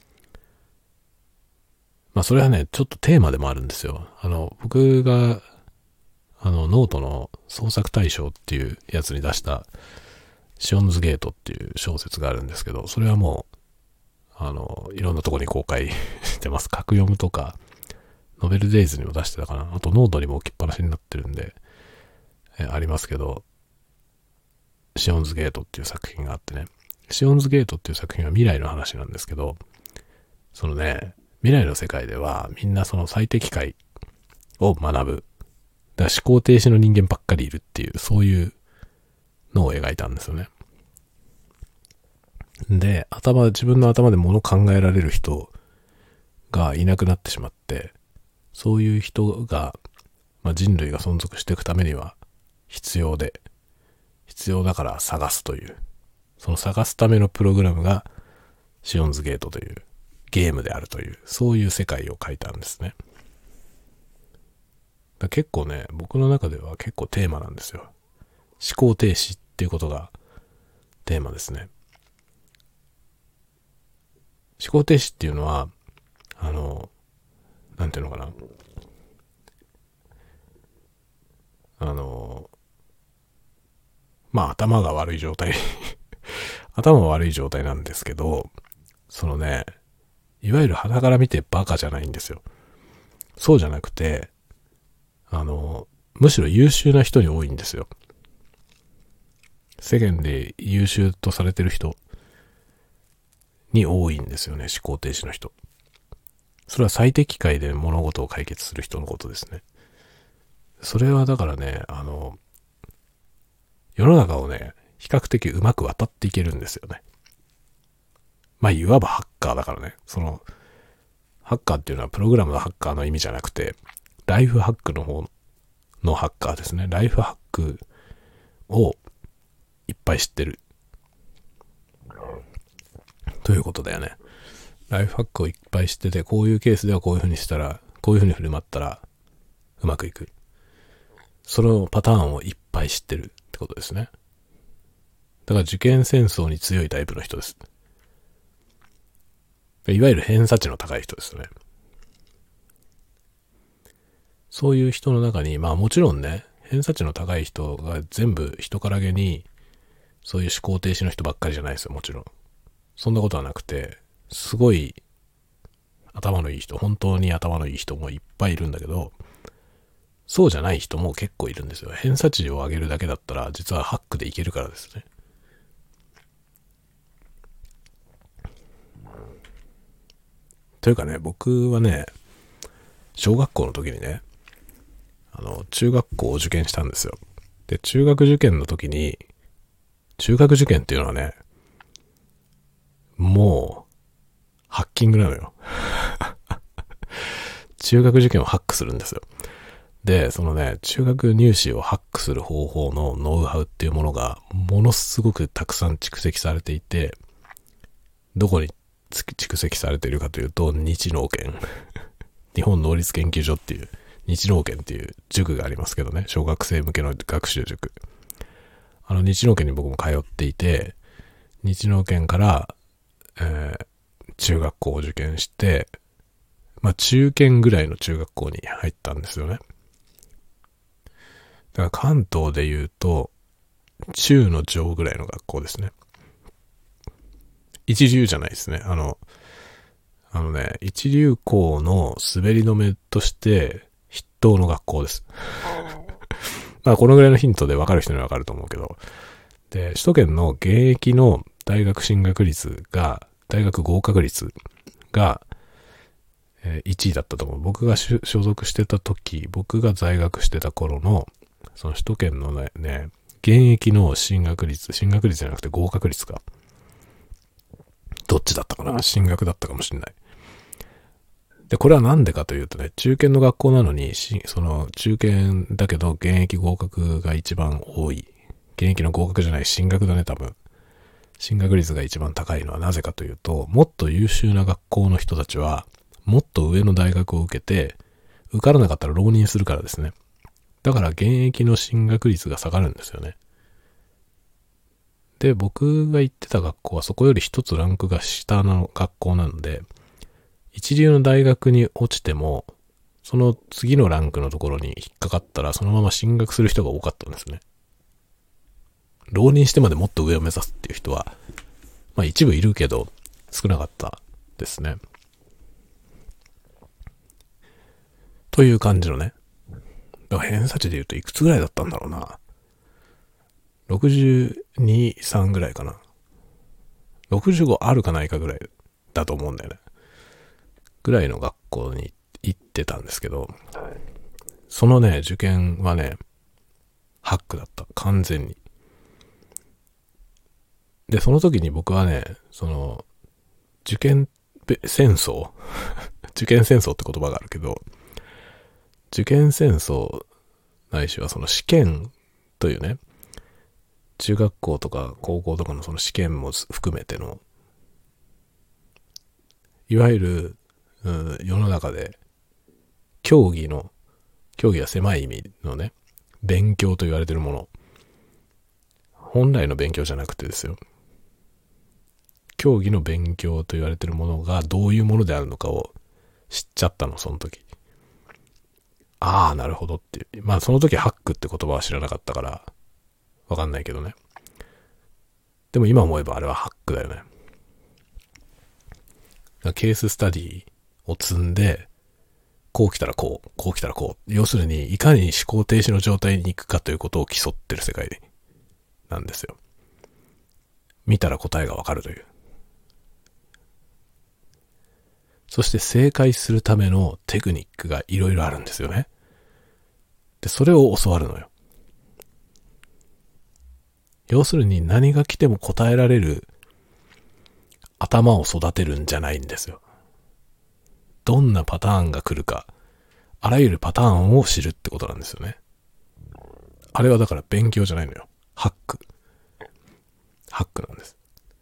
それはね、ちょっとテーマでもあるんですよ。僕が、ノートの創作大賞っていうやつに出したシオンズゲートっていう小説があるんですけど、それはもう、いろんなとこに公開してます。格読むとか、ノベルデイズにも出してたかな。あとノートにも置きっぱなしになってるんで、ありますけど、シオンズゲートっていう作品があってね。シオンズゲートっていう作品は未来の話なんですけど、そのね、未来の世界ではみんなその最適解を学ぶ。だから思考停止の人間ばっかりいるっていう、そういうのを描いたんですよね。で、自分の頭で物考えられる人がいなくなってしまって、そういう人が、人類が存続していくためには必要だから探すという、その探すためのプログラムがシオンズゲートというゲームであるという、そういう世界を書いたんですね。結構ね、僕の中では結構テーマなんですよ。思考停止っていうことがテーマですね。思考停止っていうのは、なんていうのかな。頭が悪い状態頭が悪い状態なんですけど、そのね、いわゆる肌から見てバカじゃないんですよ。そうじゃなくて、むしろ優秀な人に多いんですよ。世間で優秀とされてる人に多いんですよね、思考停止の人。それは最適解で物事を解決する人のことですね。それはだからね、世の中をね、比較的うまく渡っていけるんですよね。いわばハッカーだからね。ハッカーっていうのはプログラムのハッカーの意味じゃなくて、ライフハックの方のハッカーですね。ライフハックをいっぱい知ってるということだよね。ライフハックをいっぱい知ってて、こういうケースではこういう風にしたら、こういう風に振る舞ったらうまくいく。そのパターンをいっぱい知ってるってことですね。だから受験戦争に強いタイプの人です。いわゆる偏差値の高い人ですね。そういう人の中に、まあもちろんね、偏差値の高い人が全部人からげに、そういう思考停止の人ばっかりじゃないですよ、もちろん。そんなことはなくて、すごい頭のいい人、本当に頭のいい人もいっぱいいるんだけど、そうじゃない人も結構いるんですよ。偏差値を上げるだけだったら、実はハックでいけるからですね。というかね、僕はね、小学校の時にね、中学校を受験したんですよ。で、中学受験の時に、中学受験っていうのはね、もう、ハッキングなのよ。中学受験をハックするんですよ。で、そのね、中学入試をハックする方法のノウハウっていうものが、ものすごくたくさん蓄積されていて、どこに蓄積されているかというと、日農研。日本能率研究所っていう、日農研っていう塾がありますけどね、小学生向けの学習塾。日農研に僕も通っていて、日農研から、中学校を受験して、まあ中堅ぐらいの中学校に入ったんですよね。だから関東で言うと、中の上ぐらいの学校ですね。一流じゃないですね。一流校の滑り止めとして筆頭の学校です。まあこのぐらいのヒントで分かる人には分かると思うけど。で、首都圏の現役の大学進学率が、大学合格率が、1位だったと思う。僕が所属してた時、僕が在学してた頃の、その首都圏のね、現役の進学率じゃなくて合格率が、どっちだったかな、進学だったかもしれない。で、これはなんでかというとね、中堅の学校なのに、その中堅だけど現役合格が一番多い。現役の合格じゃない、進学だね、多分。進学率が一番高いのはなぜかというと、もっと優秀な学校の人たちは、もっと上の大学を受けて、受からなかったら浪人するからですね。だから現役の進学率が下がるんですよね。で、僕が行ってた学校はそこより一つランクが下の学校なので、一流の大学に落ちても、その次のランクのところに引っかかったらそのまま進学する人が多かったんですね。浪人してまでもっと上を目指すっていう人は、まあ一部いるけど少なかったですね。という感じのね。だから偏差値で言うといくつぐらいだったんだろうな。62、3ぐらいかな。65あるかないかぐらいだと思うんだよね。ぐらいの学校に行ってたんですけど、そのね、受験はね、ハックだった。完全に。で、その時に僕はね、その、受験戦争受験戦争って言葉があるけど、受験戦争ないしはその試験というね、中学校とか高校とかのその試験も含めての、いわゆる、世の中で競技は狭い意味のね、勉強と言われているもの、本来の勉強じゃなくてですよ、競技の勉強と言われているものがどういうものであるのかを知っちゃったの、その時。ああ、なるほどっていう。まあその時ハックって言葉は知らなかったからわかんないけどね。でも今思えばあれはハックだよね。ケーススタディを積んで、こう来たらこう、こう来たらこう。要するにいかに思考停止の状態に行くかということを競ってる世界なんですよ。見たら答えがわかるという。そして正解するためのテクニックがいろいろあるんですよね。で、それを教わるのよ。要するに何が来ても答えられる頭を育てるんじゃないんですよ。どんなパターンが来るか、あらゆるパターンを知るってことなんですよね。あれはだから勉強じゃないのよ。 ハックなんです。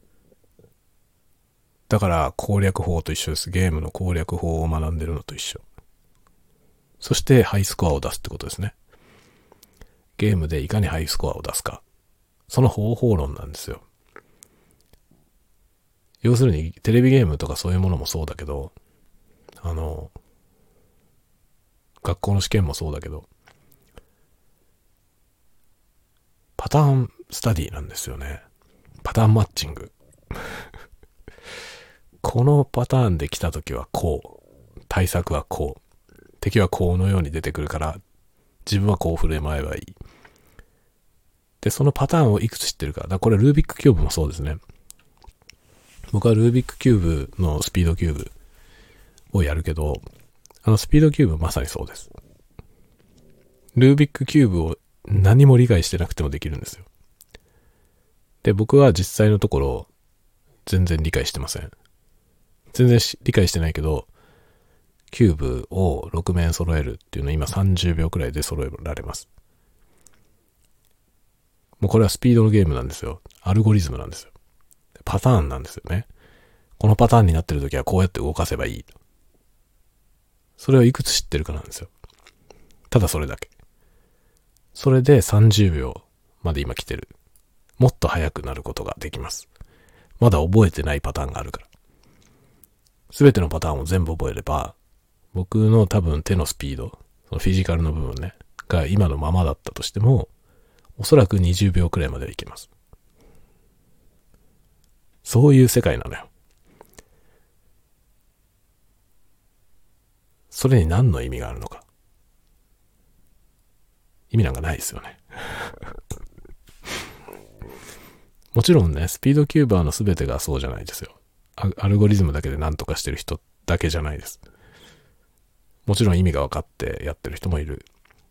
だから攻略法と一緒です。ゲームの攻略法を学んでるのと一緒。そしてハイスコアを出すってことですね。ゲームでいかにハイスコアを出すか。その方法論なんですよ。要するにテレビゲームとかそういうものもそうだけど、学校の試験もそうだけど、パターンスタディなんですよね。パターンマッチング。このパターンで来た時はこう、対策はこう、敵はこのように出てくるから自分はこう振る舞えばいい。で、そのパターンをいくつ知ってるか。これルービックキューブもそうですね。僕はルービックキューブのスピードキューブをやるけど、スピードキューブまさにそうです。ルービックキューブを何も理解してなくてもできるんですよ。で、僕は実際のところ全然理解してません。全然理解してないけど、キューブを6面揃えるっていうのを今30秒くらいで揃えられます。もうこれはスピードのゲームなんですよ。アルゴリズムなんですよ。パターンなんですよね。このパターンになってるときはこうやって動かせばいい。それをいくつ知ってるかなんですよ。ただそれだけ。それで30秒まで今来てる。もっと速くなることができます。まだ覚えてないパターンがあるから。すべてのパターンを全部覚えれば、僕の多分手のスピード、そのフィジカルの部分ね、が今のままだったとしても、おそらく20秒くらいまではいけます。そういう世界なのよ。それに何の意味があるのか。意味なんかないですよね。もちろんね、スピードキューバーの全てがそうじゃないですよ。アルゴリズムだけで何とかしてる人だけじゃないです。もちろん意味が分かってやってる人もいる。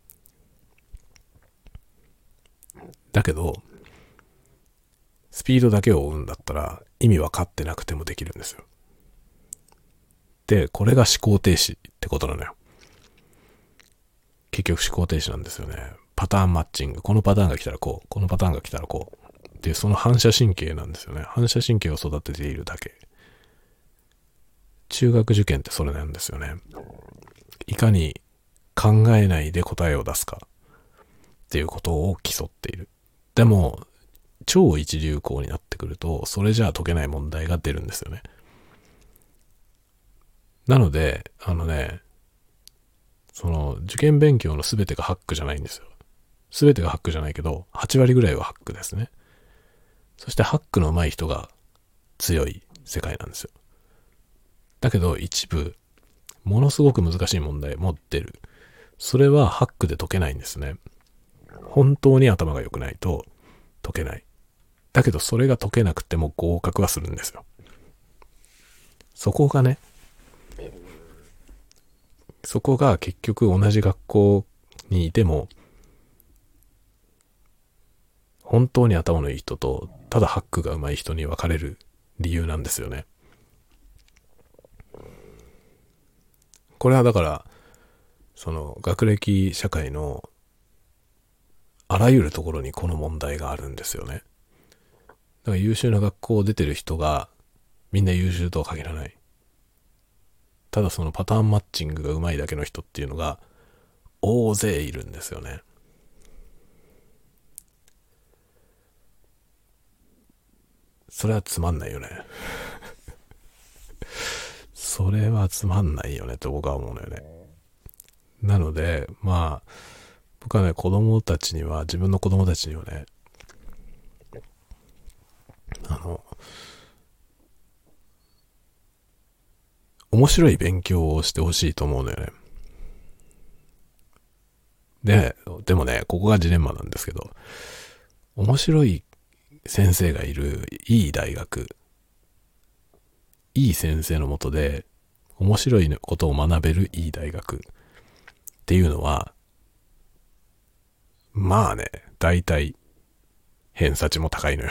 だけど、スピードだけを追うんだったら意味分かってなくてもできるんですよ。で、これが思考停止ってことなのよ。結局思考停止なんですよね。パターンマッチング。このパターンが来たらこう。このパターンが来たらこう。っていうその反射神経なんですよね。反射神経を育てているだけ。中学受験ってそれなんですよね。いかに考えないで答えを出すかっていうことを競っている。でも、超一流校になってくると、それじゃあ解けない問題が出るんですよね。なので、その受験勉強の全てがハックじゃないんですよ。全てがハックじゃないけど、8割ぐらいはハックですね。そしてハックの上手い人が強い世界なんですよ。だけど一部、ものすごく難しい問題も出る。それはハックで解けないんですね。本当に頭が良くないと解けない。だけどそれが解けなくても合格はするんですよ。そこがね、そこが結局同じ学校にいても、本当に頭のいい人とただハックが上手い人に分かれる理由なんですよね。これはだからその学歴社会のあらゆるところにこの問題があるんですよね。だから優秀な学校を出てる人がみんな優秀とは限らない。ただそのパターンマッチングが上手いだけの人っていうのが大勢いるんですよね。それはつまんないよね。それはつまんないよねって僕は思うのよね。なので、まあ、僕はね、自分の子供たちにはね、面白い勉強をしてほしいと思うのよね。でもね、ここがジレンマなんですけど、面白い先生がいるいい大学、いい先生のもとで面白いことを学べるいい大学っていうのは、まあね、大体偏差値も高いのよ。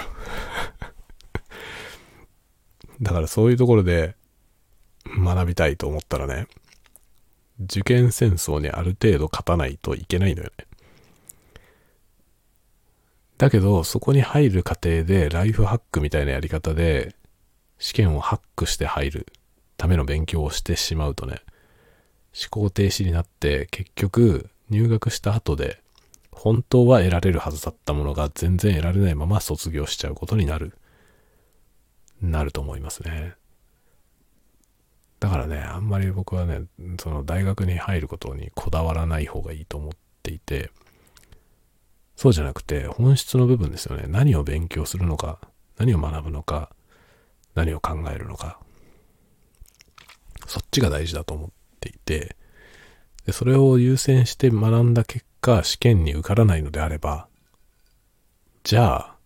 だからそういうところで学びたいと思ったらね、受験戦争にある程度勝たないといけないのよね。 だけど、そこに入る過程でライフハックみたいなやり方で試験をハックして入るための勉強をしてしまうとね、思考停止になって結局入学した後で本当は得られるはずだったものが全然得られないまま卒業しちゃうことになると思いますね。だからね、あんまり僕はね、その大学に入ることにこだわらない方がいいと思っていて、そうじゃなくて本質の部分ですよね。何を勉強するのか、何を学ぶのか、何を考えるのか、そっちが大事だと思っていて、でそれを優先して学んだ結果試験に受からないのであれば、じゃあ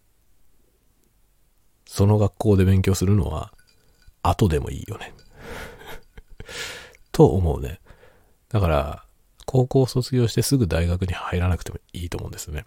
その学校で勉強するのは後でもいいよねと思うね。だから高校を卒業してすぐ大学に入らなくてもいいと思うんですよね。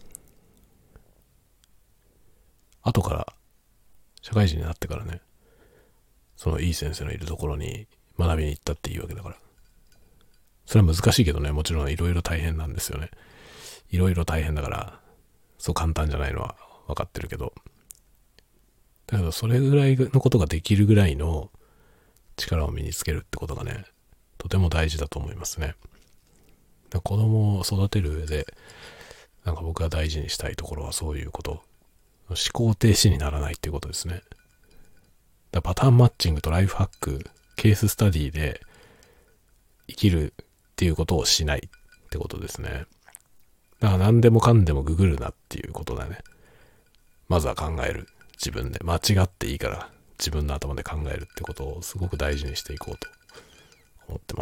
後から社会人になってからね、そのいい先生のいるところに学びに行ったっていいわけだから。それは難しいけどね、もちろんいろいろ大変なんですよね。いろいろ大変だから、そう簡単じゃないのは分かってるけど。だけどそれぐらいのことができるぐらいの力を身につけるってことがね、とても大事だと思いますね。子供を育てる上で、なんか僕が大事にしたいところはそういうこと。思考停止にならないっていうことですね。だパターンマッチングとライフハック、ケーススタディで生きるっていうことをしないってことですね。だから何でもかんでもググるなっていうことだね。まずは考える。自分で。間違っていいから自分の頭で考えるってことをすごく大事にしていこうと思ってます。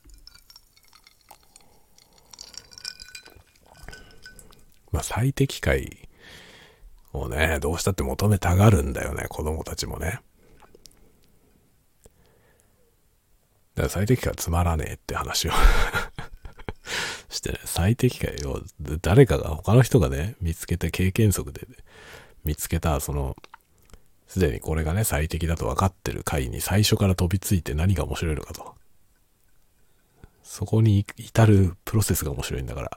最適解をね、どうしたって求めたがるんだよね、子供たちもね。だから最適解はつまらねえって話をしてね、最適解を誰かが、他の人がね、見つけて経験則で見つけた、すでにこれがね、最適だと分かってる回に最初から飛びついて何が面白いのかと。そこに至るプロセスが面白いんだから、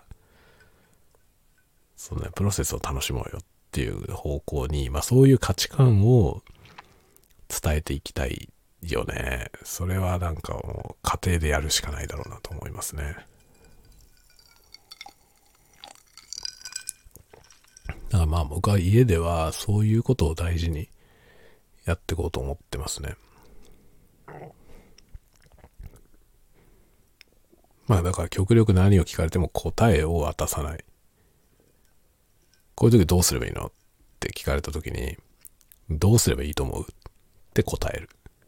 そのね、プロセスを楽しもうよっていう方向に、そういう価値観を伝えていきたいよね。それはなんかもう家庭でやるしかないだろうなと思いますね。だから僕は家ではそういうことを大事にやっていこうと思ってますね。だから極力何を聞かれても答えを渡さない。こういう時どうすればいいのって聞かれた時に、どうすればいいと思うって答える。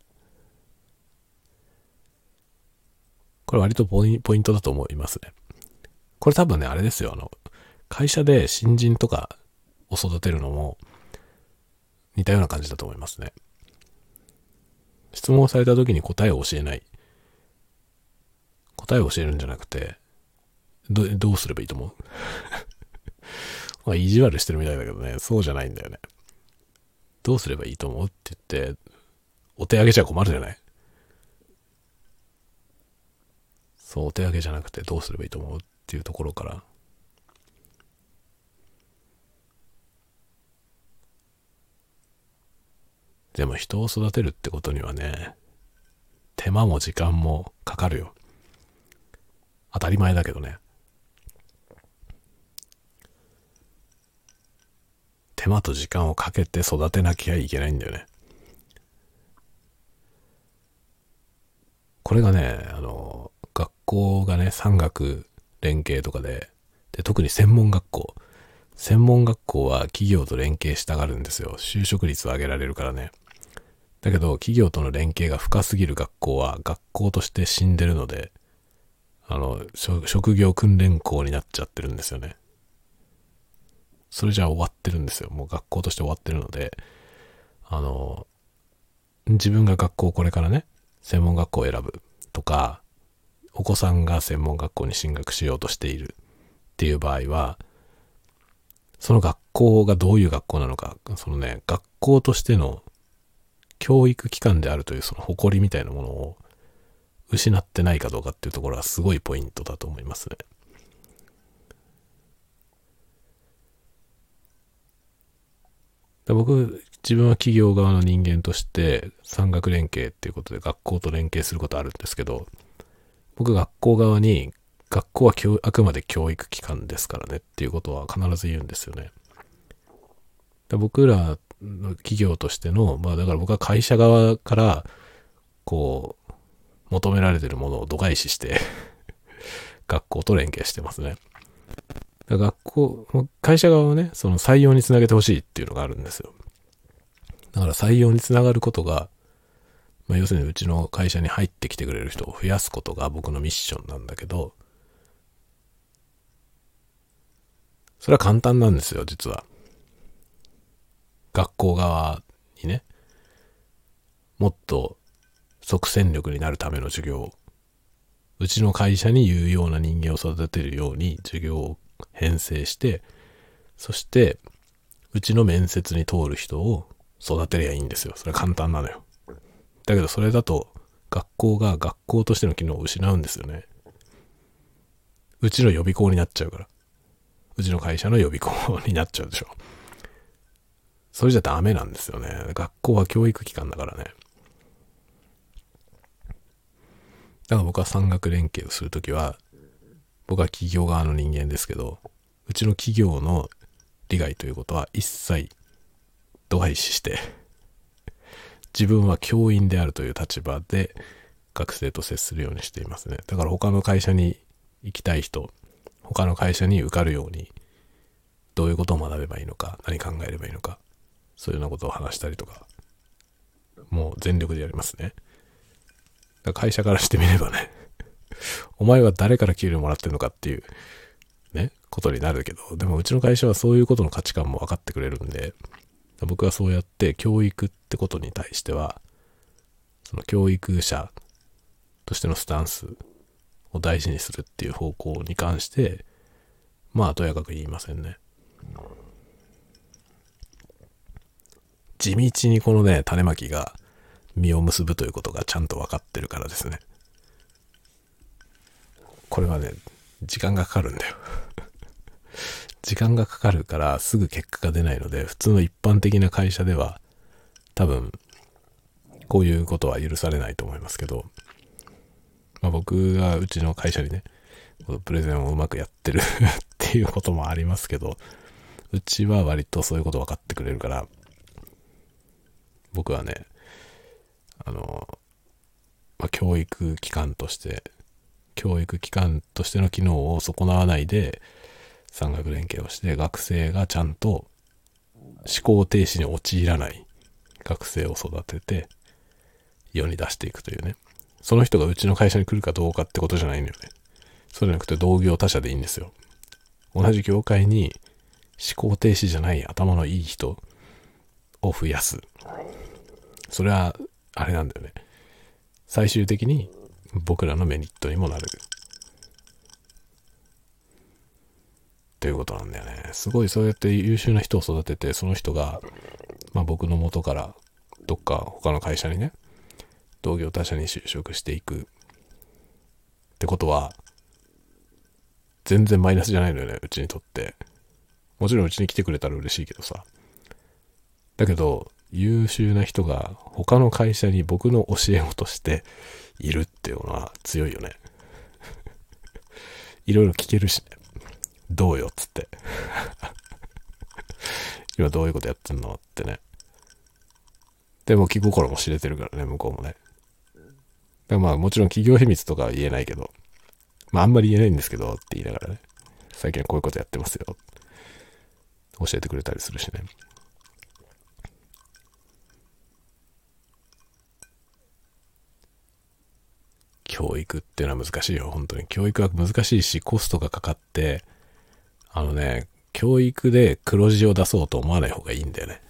これ割とポイントだと思いますね。これ多分ね、あれですよ。会社で新人とかを育てるのも似たような感じだと思いますね。質問された時に答えを教えない。答えを教えるんじゃなくて、どうすればいいと思う意地悪してるみたいだけどね、そうじゃないんだよね。どうすればいいと思うって言って、お手上げじゃ困るじゃない。そう、お手上げじゃなくてどうすればいいと思うっていうところから。でも人を育てるってことにはね、手間も時間もかかるよ。当たり前だけどね。手間と時間をかけて育てなきゃいけないんだよね。これがね、学校がね、産学連携とかで、特に専門学校は企業と連携したがるんですよ。就職率を上げられるからね。だけど企業との連携が深すぎる学校は学校として死んでるので、職業訓練校になっちゃってるんですよね。それじゃ終わってるんですよ。もう学校として終わってるので、自分が学校これからね、専門学校を選ぶとか、お子さんが専門学校に進学しようとしているっていう場合は、その学校がどういう学校なのか、学校としての教育機関であるというその誇りみたいなものを失ってないかどうかっていうところはすごいポイントだと思いますね。 僕、自分は企業側の人間として産学連携っていうことで学校と連携することあるんですけど、僕学校側に学校はあくまで教育機関ですからねっていうことは必ず言うんですよね。僕らの企業としての、だから僕は会社側からこう求められてるものを度外視して学校と連携してますね。学校、会社側はね、その採用につなげてほしいっていうのがあるんですよ。だから採用につながることが、要するにうちの会社に入ってきてくれる人を増やすことが僕のミッションなんだけど、それは簡単なんですよ、実は。学校側にね、もっと即戦力になるための授業を、うちの会社に有用な人間を育てるように授業を編成して、そしてうちの面接に通る人を育てりゃいいんですよ。それは簡単なのよ。だけどそれだと学校が学校としての機能を失うんですよね。うちの予備校になっちゃうから。うちの会社の予備校になっちゃうでしょ。それじゃダメなんですよね。学校は教育機関だからね。だから僕は産学連携をするときは、僕は企業側の人間ですけど、うちの企業の利害ということは一切度外視して、自分は教員であるという立場で学生と接するようにしていますね。だから他の会社に行きたい人、他の会社に受かるように、どういうことを学べばいいのか、何考えればいいのか、そういうようなことを話したりとか、もう全力でやりますね。だから会社からしてみればね、お前は誰から給料もらってるのかっていうね、ことになるけど、でもうちの会社はそういうことの価値観も分かってくれるんで、僕はそうやって教育ってことに対しては、その教育者としてのスタンスを大事にするっていう方向に関して、とやかく言いませんね。地道にこのね、種まきが実を結ぶということがちゃんと分かってるからですね。これはね、時間がかかるんだよ。時間がかかるからすぐ結果が出ないので、普通の一般的な会社では多分こういうことは許されないと思いますけど、僕がうちの会社にね、プレゼンをうまくやってるっていうこともありますけど、うちは割とそういうこと分かってくれるから、僕はね、教育機関としての機能を損なわないで産学連携をして、学生がちゃんと思考停止に陥らない学生を育てて世に出していくというね。その人がうちの会社に来るかどうかってことじゃないんだよね。そうじゃなくて同業他社でいいんですよ。同じ業界に思考停止じゃない頭のいい人を増やす。それはあれなんだよね。最終的に僕らのメリットにもなるということなんだよね。すごいそうやって優秀な人を育てて、その人が僕の元からどっか他の会社にね、同業他社に就職していくってことは全然マイナスじゃないのよね、うちにとって。もちろんうちに来てくれたら嬉しいけどさ。だけど優秀な人が他の会社に僕の教え子としているっていうのは強いよね。いろいろ聞けるしね。どうよっつって今どういうことやってんのってね。でも気心も知れてるからね、向こうもね。だからもちろん企業秘密とかは言えないけど、あんまり言えないんですけどって言いながらね、最近はこういうことやってますよ教えてくれたりするしね。教育っていうのは難しいよ、本当に。教育は難しいし、コストがかかって、教育で黒字を出そうと思わない方がいいんだよね。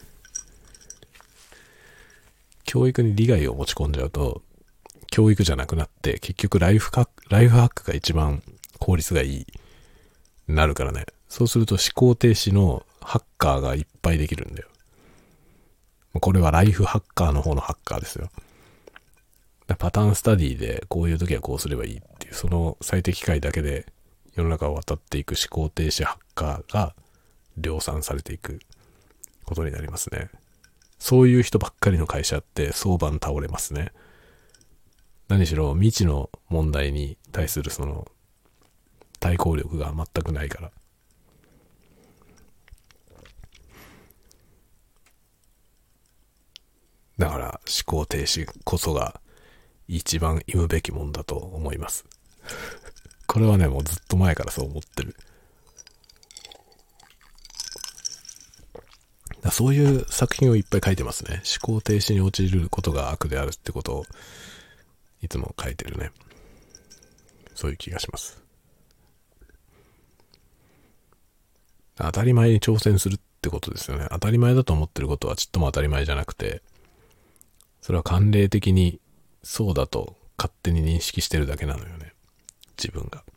教育に利害を持ち込んじゃうと、教育じゃなくなって、結局ライフハックが一番効率がいい、なるからね。そうすると思考停止のハッカーがいっぱいできるんだよ。これはライフハッカーの方のハッカーですよ。パターンスタディでこういう時はこうすればいいっていう、その最適解だけで世の中を渡っていく思考停止ハッカーが量産されていく。 ことになりますね。そういう人ばっかりの会社って早晩倒れますね。何しろ未知の問題に対するその対抗力が全くないから。だから思考停止こそが一番忌むべきもんだと思います。これはね、もうずっと前からそう思ってる。そういう作品をいっぱい書いてますね。思考停止に陥ることが悪であるってことをいつも書いてるね。そういう気がします。当たり前に挑戦するってことですよね。当たり前だと思ってることはちっとも当たり前じゃなくて、それは慣例的にそうだと勝手に認識してるだけなのよね。自分が。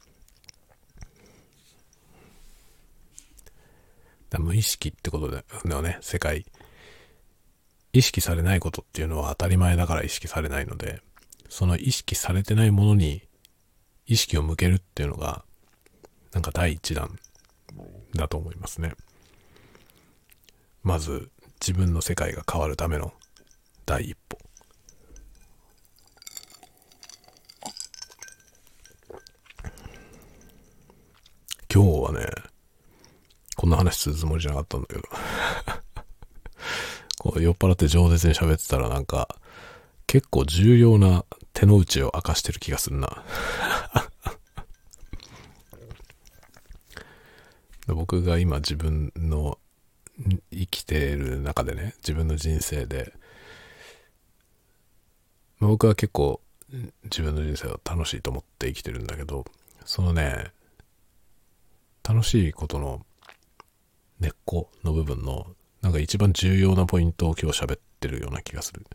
無意識ってことだよね。世界。意識されないことっていうのは当たり前だから意識されないので、その意識されてないものに意識を向けるっていうのが、なんか第一弾だと思いますね。まず自分の世界が変わるための第一歩。今日はね、こんな話するつもりじゃなかったんだけどこう酔っ払って饒舌に喋ってたらなんか結構重要な手の内を明かしてる気がするな僕が今自分の生きている中でね、自分の人生で、僕は結構自分の人生を楽しいと思って生きてるんだけど、そのね、楽しいことの根っこの部分のなんか一番重要なポイントを今日喋ってるような気がする。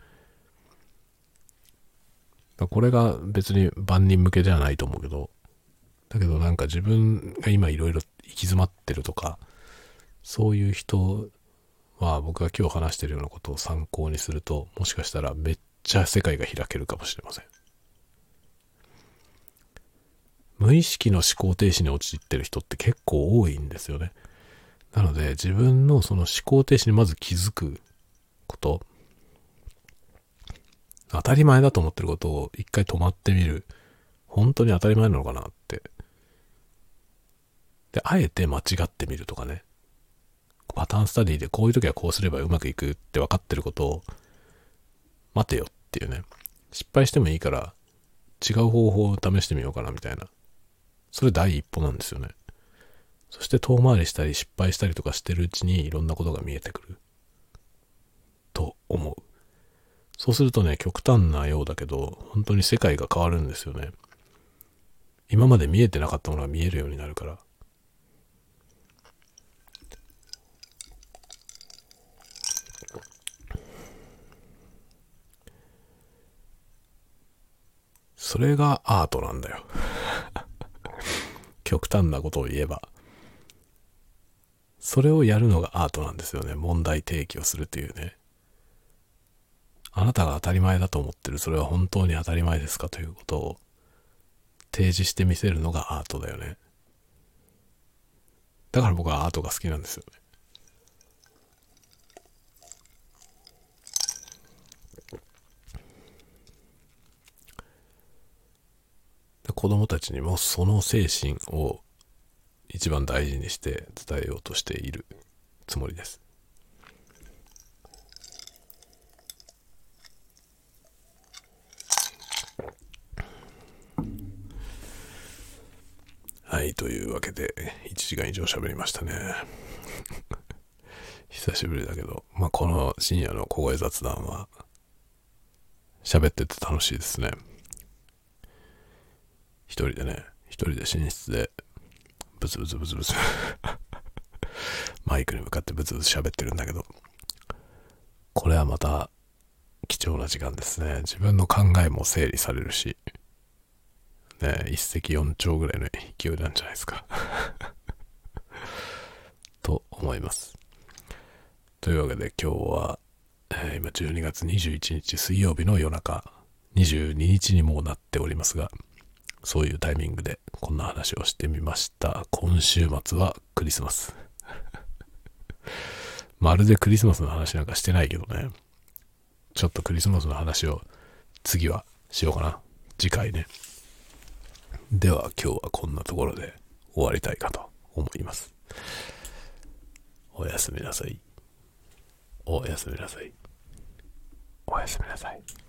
これが別に万人向けではないと思うけど、だけどなんか自分が今いろいろ行き詰まってるとか、そういう人は僕が今日話してるようなことを参考にすると、もしかしたらめっちゃ世界が開けるかもしれません。無意識の思考停止に陥ってる人って結構多いんですよね。なので自分のその思考停止にまず気づくこと、当たり前だと思ってることを一回止まってみる。本当に当たり前なのかなって。で、あえて間違ってみるとかね。パターンスタディでこういう時はこうすればうまくいくって分かってることを待てよっていうね。失敗してもいいから違う方法を試してみようかなみたいな。それ第一歩なんですよね。そして遠回りしたり失敗したりとかしてるうちにいろんなことが見えてくる。と思う。そうするとね、極端なようだけど、本当に世界が変わるんですよね。今まで見えてなかったものが見えるようになるから。それがアートなんだよ。極端なことを言えば。それをやるのがアートなんですよね。問題提起をするというね。あなたが当たり前だと思ってる、それは本当に当たり前ですかということを提示してみせるのがアートだよね。だから僕はアートが好きなんですよね。子供たちにもその精神を一番大事にして伝えようとしているつもりです。はい、というわけで1時間以上喋りましたね。久しぶりだけど、この深夜の小声雑談は喋ってて楽しいですね。一人で寝室でブツブツマイクに向かってブツブツ喋ってるんだけど、これはまた貴重な時間ですね。自分の考えも整理されるしね、一石四鳥ぐらいの勢いなんじゃないですかと思います。というわけで今日は、今12月21日水曜日の夜中、22日にもうなっておりますが、そういうタイミングでこんな話をしてみました。今週末はクリスマスまるでクリスマスの話なんかしてないけどね。ちょっとクリスマスの話を次はしようかな。次回ね。では今日はこんなところで終わりたいかと思います。おやすみなさい。おやすみなさい。おやすみなさい。